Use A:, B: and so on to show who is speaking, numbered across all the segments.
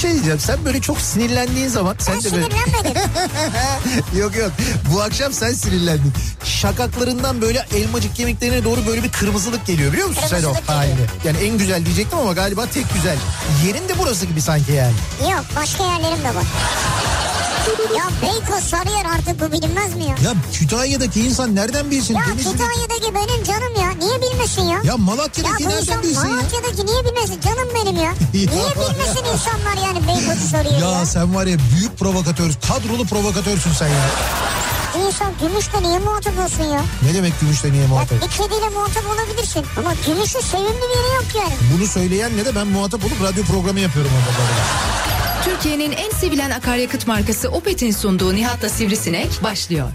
A: şey diyeceğim. Sen böyle çok sinirlendiğin zaman...
B: Ben sinirlenmedim.
A: Yok. Bu akşam sen sinirlendin. Şakaklarından böyle elmacık kemiklerine doğru böyle bir kırmızılık geliyor biliyor musun sen o halini? Yani en güzel diyecektim ama galiba tek güzel. Yerin de burası gibi sanki yani.
B: Yok, başka yerlerim de var. Ya Beykoz, Sarıyer artık bu bilinmez mi ya?
A: Ya Kütahya'daki insan nereden bilsin?
B: Ya Kütahya'daki benim canım ya. Niye bilmesin ya?
A: Ya Malatya'daki nereden bilsin ya?
B: Malatya'daki niye bilmesin? Canım benim ya. Niye bilmesin insanlar yani Beykoz'u Sarıyer'i ya?
A: Ya sen var ya büyük provokatör, kadrolu provokatörsün sen ya.
B: İnsan gümüşle niye muhatap olsun ya?
A: Ne demek gümüşle niye muhatap?
B: Ya bir kediyle muhatap olabilirsin. Ama gümüşün sevimli bir yeri yok yani.
A: Bunu söyleyen ne de ben muhatap olup radyo programı yapıyorum orada.
C: Türkiye'nin en sevilen akaryakıt markası Opet'in sunduğu Nihat'la Sivrisinek başlıyor.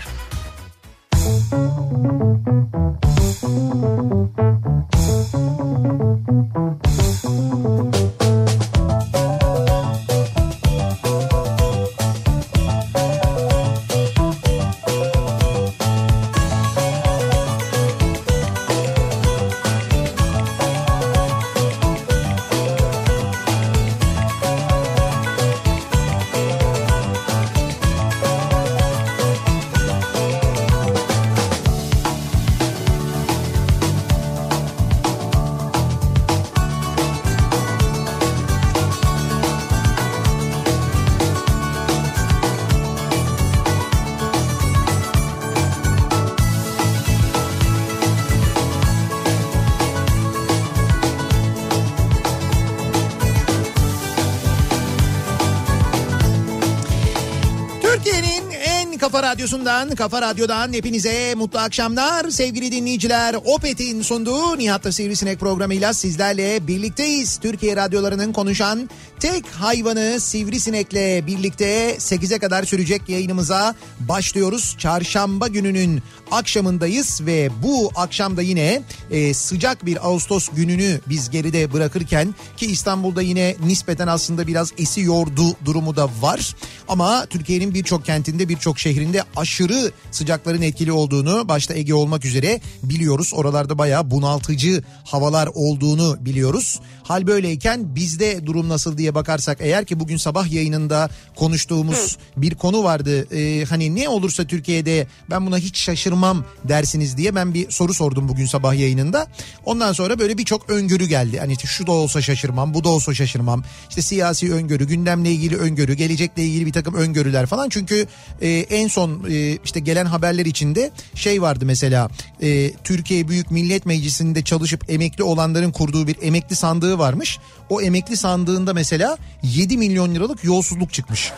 C: Kafa Radyo'dan hepinize mutlu akşamlar sevgili dinleyiciler. Opet'in sunduğu Nihat'la Sivrisinek programıyla sizlerle birlikteyiz. Türkiye radyolarının konuşan tek hayvanı Sivrisinek'le birlikte 8'e kadar sürecek yayınımıza başlıyoruz. Çarşamba gününün akşamındayız ve bu akşamda yine sıcak bir Ağustos gününü biz geride bırakırken ki İstanbul'da yine nispeten aslında biraz esiyordu durumu da var. Ama Türkiye'nin birçok kentinde, birçok şehrinde aşırı sıcakların etkili olduğunu, başta Ege olmak üzere biliyoruz. Oralarda bayağı bunaltıcı havalar olduğunu biliyoruz. Hal böyleyken bizde durum nasıl diye bakarsak eğer ki bugün sabah yayınında konuştuğumuz bir konu vardı. Hani ne olursa Türkiye'de ben buna hiç şaşırmam dersiniz diye ben bir soru sordum bugün sabah yayınında. Ondan sonra böyle birçok öngörü geldi. Hani işte şu da olsa şaşırmam, bu da olsa şaşırmam. İşte siyasi öngörü, gündemle ilgili öngörü, gelecekle ilgili bir takım öngörüler falan. Çünkü en son işte gelen haberler içinde şey vardı mesela, Türkiye Büyük Millet Meclisi'nde çalışıp emekli olanların kurduğu bir emekli sandığı varmış. O emekli sandığında mesela 7 milyon liralık yolsuzluk çıkmış.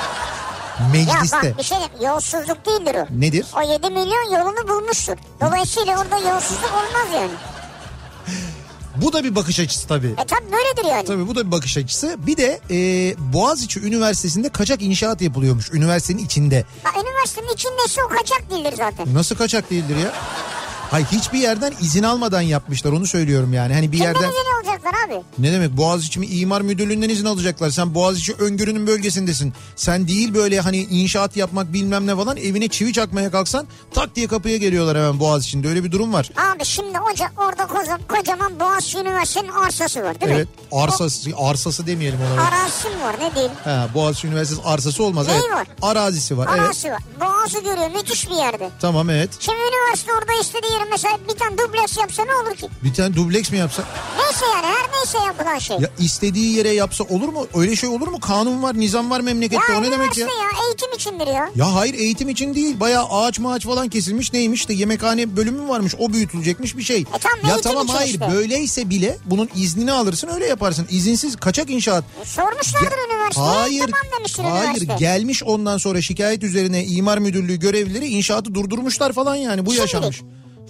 C: Mecliste.
B: Ya bak bir şey, yolsuzluk değildir o.
A: Nedir?
B: O 7 milyon yolunu bulmuştur. Dolayısıyla orada yolsuzluk olmaz yani.
A: Bu da bir bakış açısı tabii.
B: Tabii böyledir yani.
A: Tabii bu da bir bakış açısı. Bir de Boğaziçi Üniversitesi'nde kaçak inşaat yapılıyormuş üniversitenin içinde.
B: Üniversitenin içindeyse o kaçak değildir zaten.
A: Nasıl kaçak değildir ya? Hayır, hiçbir yerden izin almadan yapmışlar, onu söylüyorum yani. Hani bir yerden...
B: Kimden izin alacaklar abi?
A: Ne demek, Boğaziçi İmar Müdürlüğü'nden izin alacaklar. Sen Boğaziçi öngörünün bölgesindesin. Sen değil böyle hani inşaat yapmak bilmem ne falan, evine çivi çakmaya kalksan tak diye kapıya geliyorlar hemen Boğaziçi'nde, öyle bir durum var.
B: Abi şimdi orada kocaman Boğaziçi Üniversitesi'nin arsası var değil mi?
A: Evet, arsası demeyelim ona.
B: Arazisi mi var, ne diyeyim?
A: Boğaziçi Üniversitesi arsası olmaz.
B: Neyi
A: evet.
B: var?
A: Arazisi var.
B: Arazisi var. Boğazı görüyor, müthiş bir yerde.
A: Tamam, evet.
B: Şimdi üniversite orada istediği yere mesela bir tane dubleks yapsa ne olur ki?
A: Bir tane dubleks mi yapsa?
B: Neyse yani, her neyse yapılan şey.
A: Ya istediği yere yapsa olur mu? Öyle şey olur mu? Kanun var, nizam var memlekette.
B: Ya
A: o ne demek ya?
B: Ya eğitim içindir ya.
A: Ya hayır, eğitim için değil. Bayağı ağaç falan kesilmiş, neymiş de yemekhane bölümü varmış. O büyütülecekmiş bir şey. Tamam hayır işte. Böyleyse bile bunun iznini alırsın, öyle yaparsın. İzinsiz kaçak inşaat.
B: Sormuşlardır üniversiteye.
A: Hayır gelmiş, ondan sonra şikayet üzerine İmar Müdürlüğü görevlileri inşaatı durdurmuşlar falan yani. Bu yaşanmış.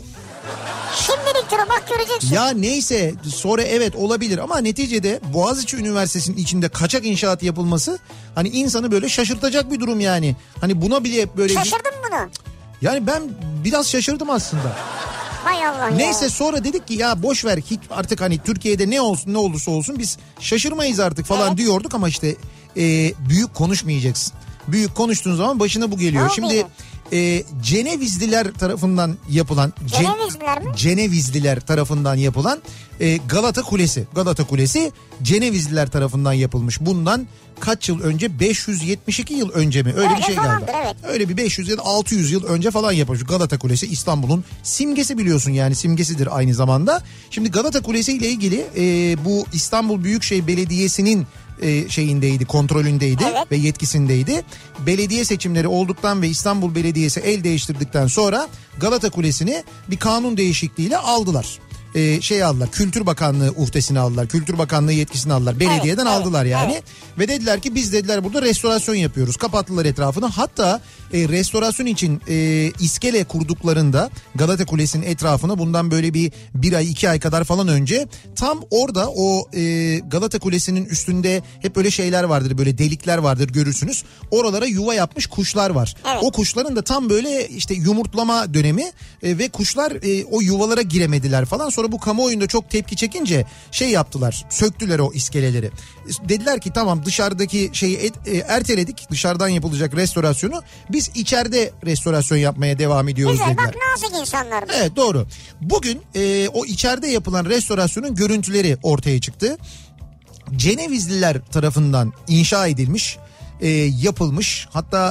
B: Şimdilik bak göreceksin.
A: Ya neyse, sonra evet olabilir ama neticede Boğaziçi Üniversitesi'nin içinde kaçak inşaat yapılması hani insanı böyle şaşırtacak bir durum yani. Hani buna bile böyle...
B: Şaşırdın mı bunu?
A: Yani ben biraz şaşırdım aslında.
B: Hay Allah.
A: Neyse
B: ya.
A: Sonra dedik ki ya boş ver, hiç artık hani Türkiye'de ne olursa olsun biz şaşırmayız artık falan diyorduk ama işte büyük konuşmayacaksın. Büyük konuştuğun zaman başına bu geliyor. Şimdi Cenevizliler tarafından yapılan Cenevizliler tarafından yapılan Galata Kulesi Cenevizliler tarafından yapılmış. Bundan kaç yıl önce? 572 yıl önce mi? Öyle bir şey galiba.
B: Evet.
A: Öyle bir 500 ya da 600 yıl önce falan yapılmış. Galata Kulesi İstanbul'un simgesi, biliyorsun yani, simgesidir aynı zamanda. Şimdi Galata Kulesi ile ilgili bu İstanbul Büyükşehir Belediyesi'nin şeyindeydi, kontrolündeydi ve yetkisindeydi. Belediye seçimleri olduktan ve İstanbul Belediyesi el değiştirdikten sonra Galata Kulesi'ni bir kanun değişikliğiyle aldılar. Aldılar, Kültür Bakanlığı uhdesini aldılar, Kültür Bakanlığı yetkisini aldılar, belediyeden aldılar yani. Evet. Ve dediler ki biz dediler burada restorasyon yapıyoruz, kapattılar etrafını. Hatta restorasyon için iskele kurduklarında Galata Kulesi'nin etrafına bundan böyle bir ay 2 ay kadar falan önce, tam orada o Galata Kulesi'nin üstünde hep böyle şeyler vardır, böyle delikler vardır, görürsünüz. Oralara yuva yapmış kuşlar var. Evet. O kuşların da tam böyle işte yumurtlama dönemi ve kuşlar o yuvalara giremediler falan. Sonra bu kamuoyunda çok tepki çekince yaptılar, söktüler o iskeleleri. Dediler ki tamam, dışarıdaki şeyi erteledik, dışarıdan yapılacak restorasyonu, biz içeride restorasyon yapmaya devam ediyoruz dediler.
B: Bak nazik insanlar.
A: Evet, doğru. Bugün o içeride yapılan restorasyonun görüntüleri ortaya çıktı. Cenevizliler tarafından inşa edilmiş, yapılmış. Hatta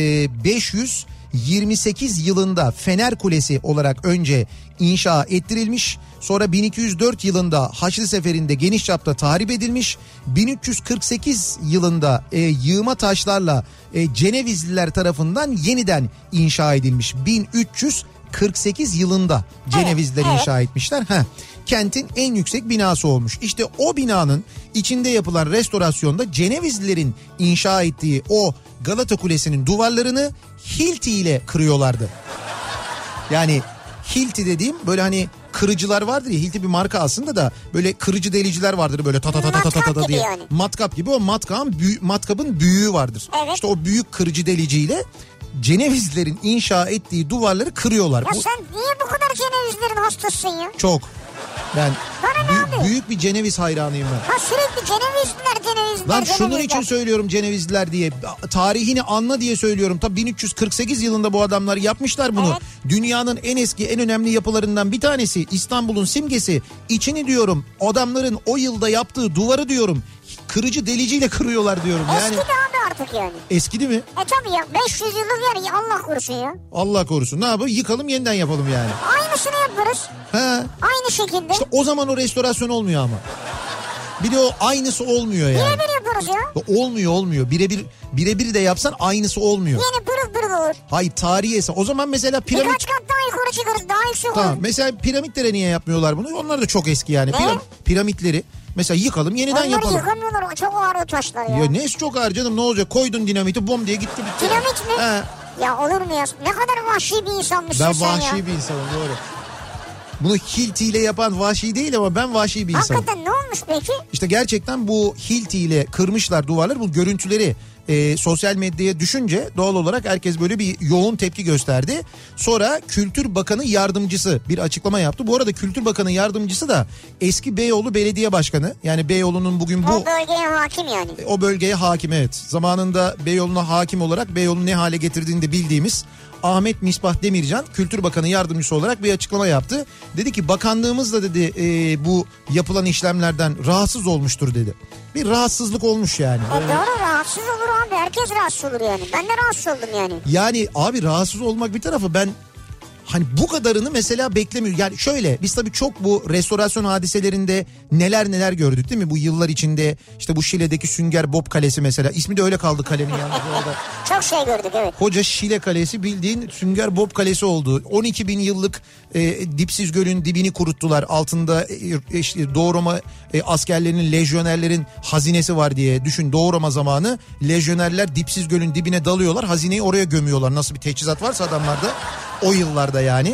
A: 528 yılında Fener Kulesi olarak önce inşa ettirilmiş. Sonra 1204 yılında Haçlı Seferi'nde geniş çapta tahrip edilmiş. 1348 yılında yığma taşlarla Cenevizliler tarafından yeniden inşa edilmiş. 1348 yılında Cenevizliler inşa etmişler. Kentin en yüksek binası olmuş. İşte o binanın içinde yapılan restorasyonda Cenevizlilerin inşa ettiği o Galata Kulesi'nin duvarlarını hilti ile kırıyorlardı. Yani hilti dediğim böyle hani kırıcılar vardır ya, hilti bir marka aslında da böyle kırıcı deliciler vardır böyle ta ta ta ta ta ta diye. Yani. Matkap gibi, o matkabın büyüğü vardır. Evet. İşte o büyük kırıcı deliciyle Cenevizlilerin inşa ettiği duvarları kırıyorlar.
B: Ya sen niye bu kadar Cenevizlilerin hastasısın ya?
A: Çok. Ben büyük bir Ceneviz hayranıyım ben.
B: Sürekli Cenevizliler.
A: Lan şunun için söylüyorum Cenevizliler diye. Tarihini anla diye söylüyorum. Tabii 1348 yılında bu adamlar yapmışlar bunu. Evet. Dünyanın en eski, en önemli yapılarından bir tanesi. İstanbul'un simgesi. İçini diyorum, adamların o yılda yaptığı duvarı diyorum, kırıcı deliciyle kırıyorlar diyorum.
B: Eskidi abi artık yani.
A: Eskidi mi?
B: Tabii ya, 500 yıllık yer, Allah korusun ya.
A: Allah korusun. Ne yapalım? Yıkalım, yeniden yapalım yani.
B: Aynısını yaparız. Aynı şekilde.
A: İşte o zaman o restorasyon olmuyor ama. Bir de o aynısı olmuyor yani.
B: Birebir yaparız ya.
A: Olmuyor. Birebir de yapsan aynısı olmuyor.
B: Yine pırıl olur.
A: Hayır, tarihi eser. O zaman mesela piramit...
B: Birkaç kat daha yukarı çıkarız, daha yüksek olur.
A: Mesela piramitlere niye yapmıyorlar bunu? Onlar da çok eski yani. Piramitleri mesela yıkalım, yeniden yapalım.
B: Onları yıkamıyorlar, çok ağır o taşlar ya.
A: Ya neyse, çok ağır canım, ne olacak? Koydun dinamiti, bom diye gitti bitti.
B: Dinamit mi? Ya olur mu ya? Ne kadar vahşi bir insanmışsın sen ya.
A: Ben vahşi bir insanım, doğru. Bunu hiltiyle yapan vahşi değil ama ben vahşi bir insanım.
B: Hakikaten ne olmuş peki?
A: İşte gerçekten bu hiltiyle kırmışlar duvarları. Bu görüntüleri sosyal medyaya düşünce doğal olarak herkes böyle bir yoğun tepki gösterdi. Sonra Kültür Bakanı Yardımcısı bir açıklama yaptı. Bu arada Kültür Bakanı Yardımcısı da eski Beyoğlu Belediye Başkanı. Yani Beyoğlu'nun bugün bu...
B: O bölgeye hakim yani.
A: O bölgeye hakim, evet. Zamanında Beyoğlu'na hakim olarak Beyoğlu'nu ne hale getirdiğini de bildiğimiz Ahmet Misbah Demircan Kültür Bakanı Yardımcısı olarak bir açıklama yaptı. Dedi ki bakanlığımız da dedi bu yapılan işlemlerden rahatsız olmuştur dedi. Bir rahatsızlık olmuş yani.
B: Doğru, rahatsız olur abi, herkes rahatsız olur yani. Ben de rahatsız oldum yani.
A: Yani abi, rahatsız olmak bir tarafa, ben hani bu kadarını mesela beklemiyorum. Yani şöyle, biz tabii çok bu restorasyon hadiselerinde neler gördük değil mi? Bu yıllar içinde işte bu Şile'deki Sünger Bob Kalesi mesela. İsmi de öyle kaldı kalemin yalnız orada.
B: Çok şey gördük, evet.
A: Koca Şile Kalesi bildiğin Sünger Bob Kalesi oldu. 12 bin yıllık dipsiz gölün dibini kuruttular. Altında işte Doğu Roma askerlerinin, lejyonerlerin hazinesi var diye düşün. Doğu Roma zamanı lejyonerler dipsiz gölün dibine dalıyorlar. Hazineyi oraya gömüyorlar. Nasıl bir teçhizat varsa adamlarda o yıllarda yani.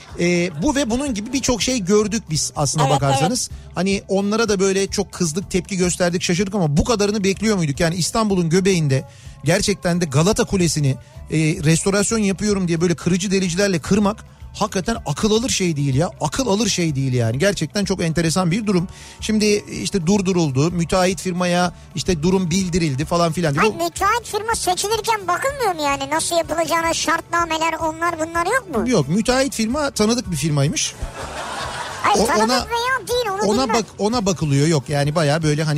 A: Bu ve bunun gibi birçok şey gördük biz aslına bakarsanız. Evet. Hani onlara da böyle çok kızdık, tepki gösterdik, şaşırdık ama bu kadarını bekliyor muyduk? Yani İstanbul'un göbeğinde gerçekten de Galata Kulesi'ni restorasyon yapıyorum diye böyle kırıcı delicilerle kırmak hakikaten akıl alır şey değil ya. Akıl alır şey değil yani. Gerçekten çok enteresan bir durum. Şimdi işte durduruldu. Müteahhit firmaya işte durum bildirildi falan filan.
B: Hayır, müteahhit firma seçilirken bakılmıyor mu yani? Nasıl yapılacağına şartnameler, onlar bunlar yok mu?
A: Yok, müteahhit firma tanıdık bir firmaymış.
B: Hayır, tanıdık veya değil, onu bilmem.
A: Ona bakılıyor, yok yani baya böyle hani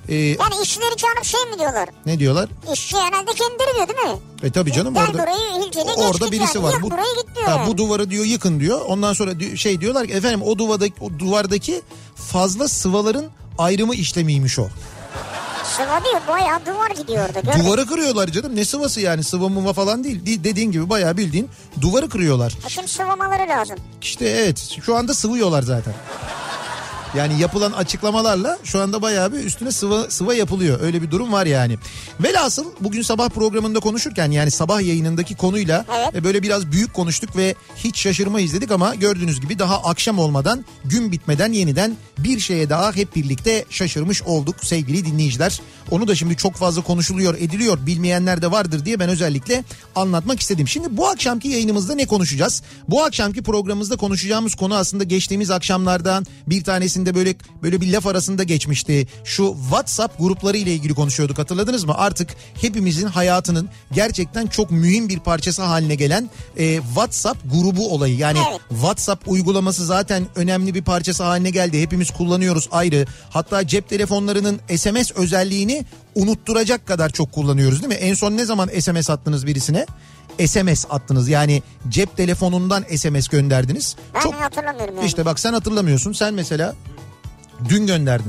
B: Yani işçileri çağırıp şey mi diyorlar?
A: Ne diyorlar?
B: İşçi herhalde kendileri diyor değil mi?
A: Tabii canım
B: Gel
A: orada.
B: burayı ilçede
A: Orada birisi var.
B: Yık burayı git diyor.
A: Bu duvarı diyor yıkın diyor. Ondan sonra şey diyorlar ki efendim o duvardaki fazla sıvaların ayrımı işlemiymiş o.
B: Sıva değil, bayağı duvar gidiyor orada.
A: Duvarı kırıyorlar canım, ne sıvası yani, sıva mıva falan değil. Dediğin gibi bayağı bildiğin duvarı kırıyorlar.
B: Şimdi sıvamaları lazım.
A: İşte evet, şu anda sıvıyorlar zaten. Yani yapılan açıklamalarla şu anda bayağı bir üstüne sıva yapılıyor. Öyle bir durum var yani. Velhasıl bugün sabah programında konuşurken, yani sabah yayınındaki konuyla böyle biraz büyük konuştuk ve hiç şaşırmayız dedik ama gördüğünüz gibi daha akşam olmadan, gün bitmeden yeniden bir şeye daha hep birlikte şaşırmış olduk sevgili dinleyiciler. Onu da şimdi çok fazla konuşuluyor, ediliyor, bilmeyenler de vardır diye ben özellikle anlatmak istedim. Şimdi bu akşamki yayınımızda ne konuşacağız? Bu akşamki programımızda konuşacağımız konu aslında geçtiğimiz akşamlardan bir tanesinde böyle bir laf arasında geçmişti. Şu WhatsApp grupları ile ilgili konuşuyorduk, hatırladınız mı? Artık hepimizin hayatının gerçekten çok mühim bir parçası haline gelen WhatsApp grubu olayı. Yani WhatsApp uygulaması zaten önemli bir parçası haline geldi. Hepimiz kullanıyoruz ayrı. Hatta cep telefonlarının SMS özelliğini unutturacak kadar çok kullanıyoruz değil mi? En son ne zaman SMS attınız birisine? SMS attınız, yani cep telefonundan SMS gönderdiniz.
B: Ben hatırlamıyorum yani.
A: İşte bak, sen hatırlamıyorsun. Sen mesela dün gönderdin.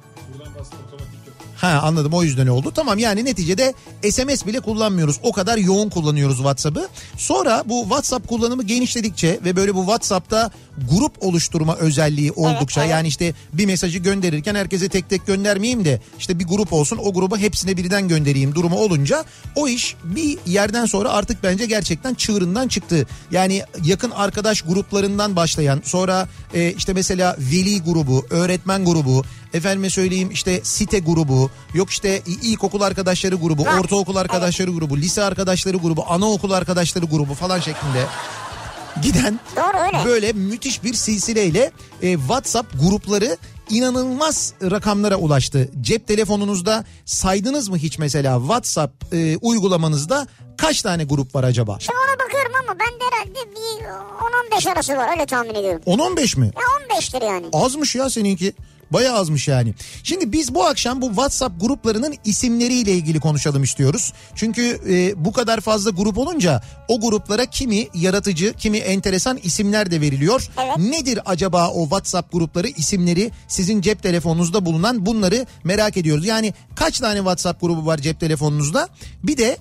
A: Ha, anladım, o yüzden oldu. Tamam, yani neticede SMS bile kullanmıyoruz. O kadar yoğun kullanıyoruz WhatsApp'ı. Sonra bu WhatsApp kullanımı genişledikçe ve böyle bu WhatsApp'ta grup oluşturma özelliği oldukça, yani işte bir mesajı gönderirken herkese tek tek göndermeyeyim de işte bir grup olsun, o gruba hepsine birden göndereyim durumu olunca o iş bir yerden sonra artık bence gerçekten çığırından çıktı. Yani yakın arkadaş gruplarından başlayan, sonra işte mesela veli grubu, öğretmen grubu, efendime söyleyeyim işte site grubu, yok işte ilkokul arkadaşları grubu, ortaokul arkadaşları grubu, lise arkadaşları grubu, anaokul arkadaşları grubu falan şeklinde giden böyle müthiş bir silsileyle WhatsApp grupları inanılmaz rakamlara ulaştı. Cep telefonunuzda saydınız mı hiç mesela WhatsApp uygulamanızda kaç tane grup var acaba?
B: Şimdi ona bakıyorum ama ben de herhalde bir 10-15 arası var, öyle tahmin ediyorum.
A: 10-15 mi?
B: Ya 15'tir yani.
A: Azmış ya seninki. Bayağı azmış yani. Şimdi biz bu akşam bu WhatsApp gruplarının isimleriyle ilgili konuşalım istiyoruz. Çünkü bu kadar fazla grup olunca o gruplara kimi yaratıcı, kimi enteresan isimler de veriliyor. Nedir acaba o WhatsApp grupları isimleri, sizin cep telefonunuzda bulunan, bunları merak ediyoruz. Yani kaç tane WhatsApp grubu var cep telefonunuzda? Bir de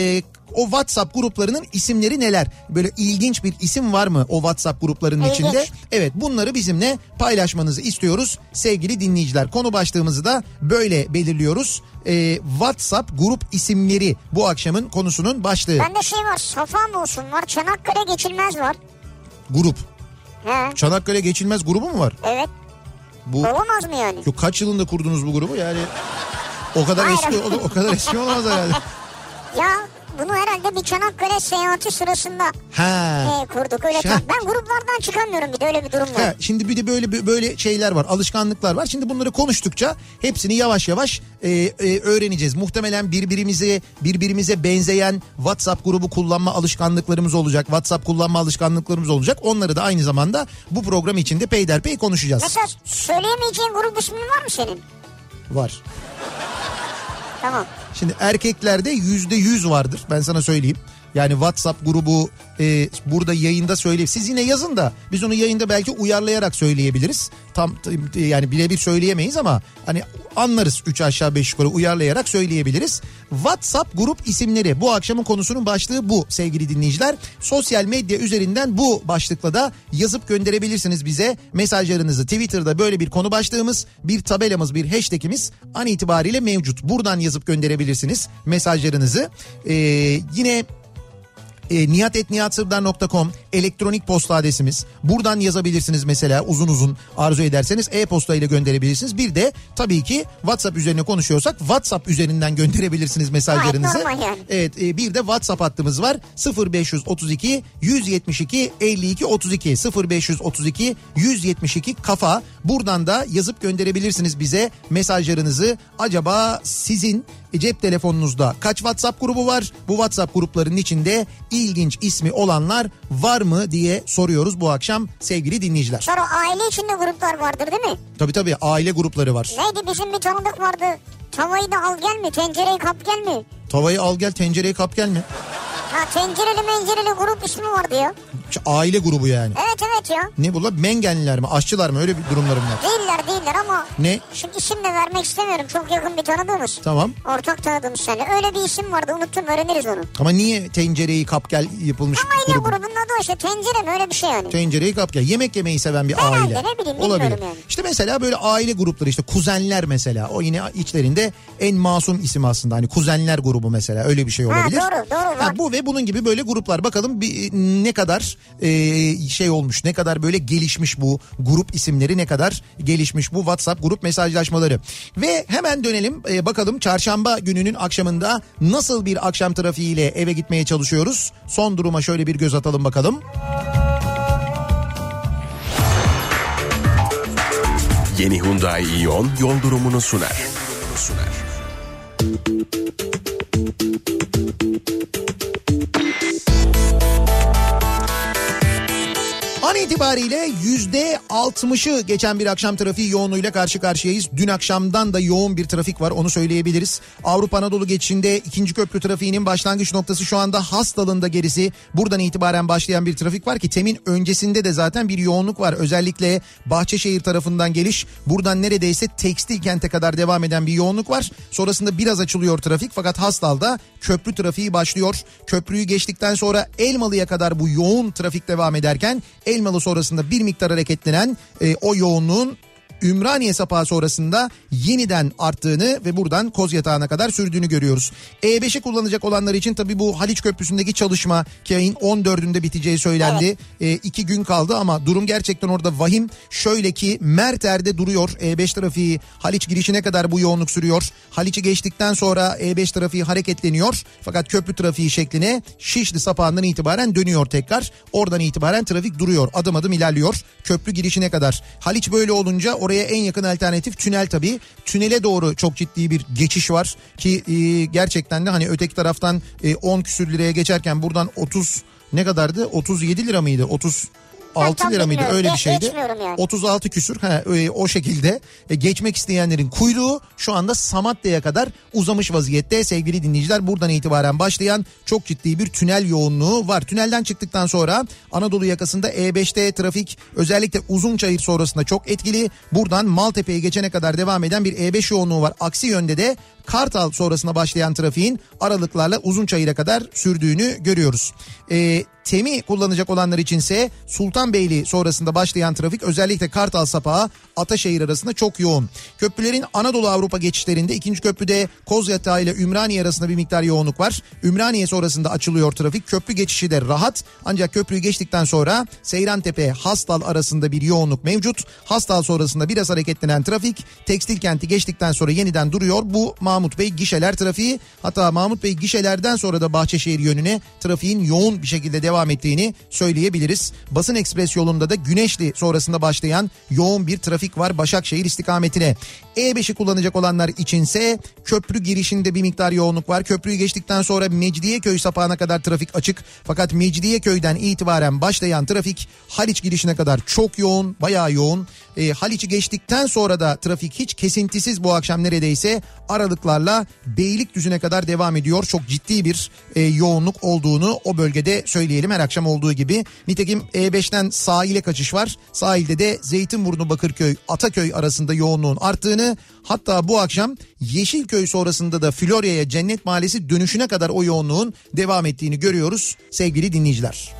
A: o WhatsApp gruplarının isimleri neler? Böyle ilginç bir isim var mı o WhatsApp gruplarının içinde? Evet, bunları bizimle paylaşmanızı istiyoruz sevgili dinleyiciler. Konu başlığımızı da böyle belirliyoruz. WhatsApp grup isimleri bu akşamın konusunun başlığı.
B: Bende şey var, Safa Musun var, Çanakkale Geçilmez var.
A: Grup.
B: He.
A: Çanakkale Geçilmez grubu mu var?
B: Evet. Bu olamaz mı yani?
A: Yok, kaç yılında kurdunuz bu grubu? Yani o kadar eski olamaz herhalde.
B: Ya bunu herhalde bir Çanakkale seyahati sırasında kurduk. Öyle ben gruplardan çıkamıyorum, bir de öyle bir durum var.
A: Şimdi bir de böyle şeyler var, alışkanlıklar var. Şimdi bunları konuştukça hepsini yavaş yavaş öğreneceğiz. Muhtemelen birbirimize benzeyen WhatsApp grubu kullanma alışkanlıklarımız olacak. WhatsApp kullanma alışkanlıklarımız olacak. Onları da aynı zamanda bu program içinde peyderpey konuşacağız.
B: Mesela söyleyemeyeceğin grup ismin var mı senin?
A: Var.
B: Tamam.
A: Şimdi erkeklerde %100 vardır, ben sana söyleyeyim. Yani WhatsApp grubu burada yayında söyleyeyim. Siz yine yazın da biz onu yayında belki uyarlayarak söyleyebiliriz. Tam yani birebir söyleyemeyiz ama hani anlarız, 3 aşağı 5 yukarı uyarlayarak söyleyebiliriz. WhatsApp grup isimleri, bu akşamın konusunun başlığı bu sevgili dinleyiciler. Sosyal medya üzerinden bu başlıkla da yazıp gönderebilirsiniz bize mesajlarınızı. Twitter'da böyle bir konu başlığımız, bir tabelamız, bir hashtagimiz an itibariyle mevcut. Buradan yazıp gönderebilirsiniz mesajlarınızı. Yine nihat@nihatsırdar.com elektronik posta adresimiz. Buradan yazabilirsiniz mesela, uzun arzu ederseniz e-posta ile gönderebilirsiniz. Bir de tabii ki WhatsApp üzerine konuşuyorsak WhatsApp üzerinden gönderebilirsiniz mesajlarınızı.
B: Yani.
A: Evet, bir de WhatsApp hattımız var. 0532 172 52 32 0532 172 kafa. Buradan da yazıp gönderebilirsiniz bize mesajlarınızı. Acaba sizin cep telefonunuzda kaç WhatsApp grubu var? Bu WhatsApp gruplarının içinde ilginç ismi olanlar var mı diye soruyoruz bu akşam sevgili dinleyiciler.
B: Sonra aile içinde gruplar vardır değil mi?
A: Tabii aile grupları var.
B: Neydi, bizim bir tanıdık vardı. Tavayı da al gel mi? Tencereyi kap gel mi?
A: Tavayı al gel, tencereyi kap gel mi?
B: Ha, tencereli mencereli grup ismi vardı ya.
A: Aile grubu yani.
B: Evet ya.
A: Ne bu la? Mengenliler mi? Aşçılar mı? Öyle bir durumlarım var.
B: Değiller ama.
A: Ne?
B: Şimdi isim de vermek istemiyorum. Çok yakın bir tanıdığımız.
A: Tamam.
B: Ortak tanıdığımız seninle. Öyle bir isim vardı, unuttum, öğreniriz onu.
A: Ama niye tencereyi kap gel yapılmış
B: Aile grubunun adı o işte, tencere mi, öyle bir şey yani.
A: Tencereyi kap gel. Yemek yemeyi seven bir
B: herhalde,
A: aile.
B: ne bileyim,
A: olabilir.
B: Yani.
A: İşte mesela böyle aile grupları, işte kuzenler mesela. O yine içlerinde en masum isim aslında. Hani kuzenler grubu mesela, öyle bir şey olabilir.
B: Ha, doğru var.
A: Bu ve bunun gibi böyle gruplar. Bakalım ne kadar şey olmuş, ne kadar böyle gelişmiş bu grup isimleri, ne kadar gelişmiş bu WhatsApp grup mesajlaşmaları. Ve hemen dönelim bakalım çarşamba gününün akşamında nasıl bir akşam trafiğiyle eve gitmeye çalışıyoruz. Son duruma şöyle bir göz atalım bakalım.
D: Yeni Hyundai Ion yol durumunu sunar.
A: An itibariyle %60'ı geçen bir akşam trafiği yoğunluğuyla karşı karşıyayız. Dün akşamdan da yoğun bir trafik var, onu söyleyebiliriz. Avrupa Anadolu geçişinde 2. köprü trafiğinin başlangıç noktası şu anda Hastal'ın da gerisi. Buradan itibaren başlayan bir trafik var ki temin öncesinde de zaten bir yoğunluk var. Özellikle Bahçeşehir tarafından geliş, buradan neredeyse Tekstil Kent'e kadar devam eden bir yoğunluk var. Sonrasında biraz açılıyor trafik, fakat Hastal'da köprü trafiği başlıyor. Köprüyü geçtikten sonra Elmalı'ya kadar bu yoğun trafik devam ederken Elmalı sonrasında bir miktar hareketlenen o yoğunluğun Ümraniye sapağı sonrasında yeniden arttığını ve buradan Kozyatağı'na kadar sürdüğünü görüyoruz. E5'i kullanacak olanlar için tabii bu Haliç Köprüsü'ndeki çalışma ki ayın 14'ünde biteceği söylendi. Evet. 2 gün kaldı ama durum gerçekten orada vahim. Şöyle ki Merter'de duruyor E5 trafiği, Haliç girişine kadar bu yoğunluk sürüyor. Haliç'i geçtikten sonra E5 trafiği hareketleniyor. Fakat köprü trafiği şekline Şişli sapağından itibaren dönüyor tekrar. Oradan itibaren trafik duruyor. Adım adım ilerliyor. Köprü girişine kadar. Haliç böyle olunca oraya en yakın alternatif tünel tabii. Tünele doğru çok ciddi bir geçiş var ki gerçekten de hani öteki taraftan 10 küsür liraya geçerken buradan 30 ne kadardı? 37 lira mıydı? 6 lira mıydı, öyle bir şeydi. Yani. 36 küsür o şekilde geçmek isteyenlerin kuyruğu şu anda Samatya'ya kadar uzamış vaziyette sevgili dinleyiciler. Buradan itibaren başlayan çok ciddi bir tünel yoğunluğu var. Tünelden çıktıktan sonra Anadolu yakasında E5'te trafik özellikle Uzunçayır sonrasında çok etkili. Buradan Maltepe'ye geçene kadar devam eden bir E5 yoğunluğu var. Aksi yönde de Kartal sonrasında başlayan trafiğin aralıklarla Uzunçayır'a kadar sürdüğünü görüyoruz. TEM'i kullanacak olanlar içinse Sultanbeyli sonrasında başlayan trafik özellikle Kartal sapağı Ataşehir arasında çok yoğun. Köprülerin Anadolu Avrupa geçişlerinde 2. köprüde Kozyatağı ile Ümraniye arasında bir miktar yoğunluk var. Ümraniye sonrasında açılıyor trafik. Köprü geçişi de rahat, ancak köprüyü geçtikten sonra Seyrantepe Hastal arasında bir yoğunluk mevcut. Hastal sonrasında biraz hareketlenen trafik Tekstil Kent'i geçtikten sonra yeniden duruyor. Bu Mahmut Bey gişeler trafiği, hatta Mahmut Bey gişelerden sonra da Bahçeşehir yönüne trafiğin yoğun bir şekilde devam ettiğini söyleyebiliriz. Basın Ekspres yolunda da Güneşli sonrasında başlayan yoğun bir trafik var Başakşehir istikametine. E5'i kullanacak olanlar içinse köprü girişinde bir miktar yoğunluk var. Köprüyü geçtikten sonra Mecidiyeköy sapağına kadar trafik açık. Fakat Mecidiyeköy'den itibaren başlayan trafik Haliç girişine kadar çok yoğun, bayağı yoğun. Haliç'i geçtikten sonra da trafik hiç kesintisiz bu akşam neredeyse aralıklarla Beylikdüzü'ne kadar devam ediyor. Çok ciddi bir yoğunluk olduğunu o bölgede söyleyelim, her akşam olduğu gibi. Nitekim E5'ten sahile kaçış var. Sahilde de Zeytinburnu, Bakırköy, Ataköy arasında yoğunluğun arttığını, hatta bu akşam Yeşilköy sonrasında da Florya'ya Cennet Mahallesi dönüşüne kadar o yoğunluğun devam ettiğini görüyoruz sevgili dinleyiciler.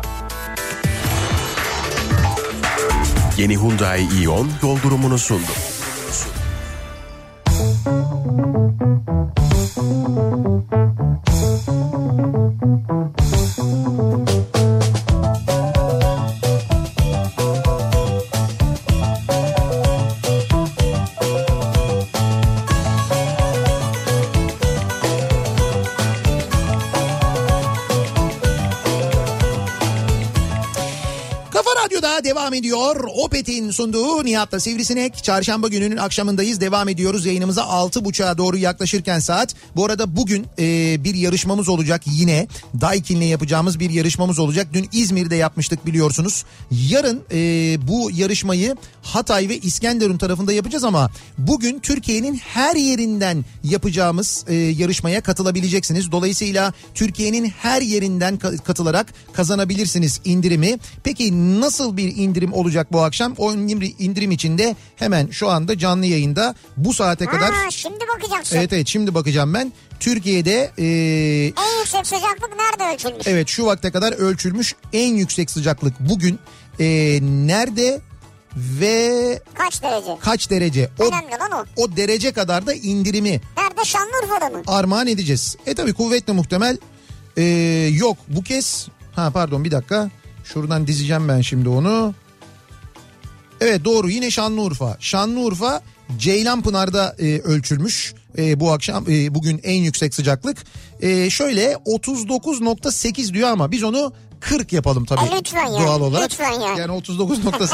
D: Yeni Hyundai Ion yol durumunu sundu.
A: Radyo'da devam ediyor. Opet'in sunduğu Nihat'la Sivrisinek. Çarşamba gününün akşamındayız. Devam ediyoruz yayınımıza 6.30'a doğru yaklaşırken saat. Bu arada bugün bir yarışmamız olacak yine. Daikin'le yapacağımız bir yarışmamız olacak. Dün İzmir'de yapmıştık biliyorsunuz. Yarın bu yarışmayı Hatay ve İskenderun tarafında yapacağız ama bugün Türkiye'nin her yerinden yapacağımız yarışmaya katılabileceksiniz. Dolayısıyla Türkiye'nin her yerinden katılarak kazanabilirsiniz indirimi. Peki nasıl bir indirim olacak bu akşam? O indirim içinde hemen şu anda canlı yayında bu saate kadar.
B: Şimdi bakacaksın.
A: Evet şimdi bakacağım ben. Türkiye'de
B: en yüksek sıcaklık nerede ölçülmüş?
A: Evet şu vakte kadar ölçülmüş en yüksek sıcaklık bugün nerede ve kaç derece?
B: Önemli lan o.
A: O derece kadar da indirimi.
B: Nerede, Şanlıurfa'da mı?
A: Armağan edeceğiz. Tabii kuvvetle muhtemel yok bu kez. Pardon bir dakika. Şuradan dizeceğim ben şimdi onu. Evet doğru, yine Şanlıurfa. Şanlıurfa Ceylanpınar'da ölçülmüş bu akşam bugün en yüksek sıcaklık. Şöyle 39.8 diyor ama biz onu 40 yapalım tabii.
B: Lütfen
A: doğal olarak.
B: Lütfen yani.
A: Yani 39.8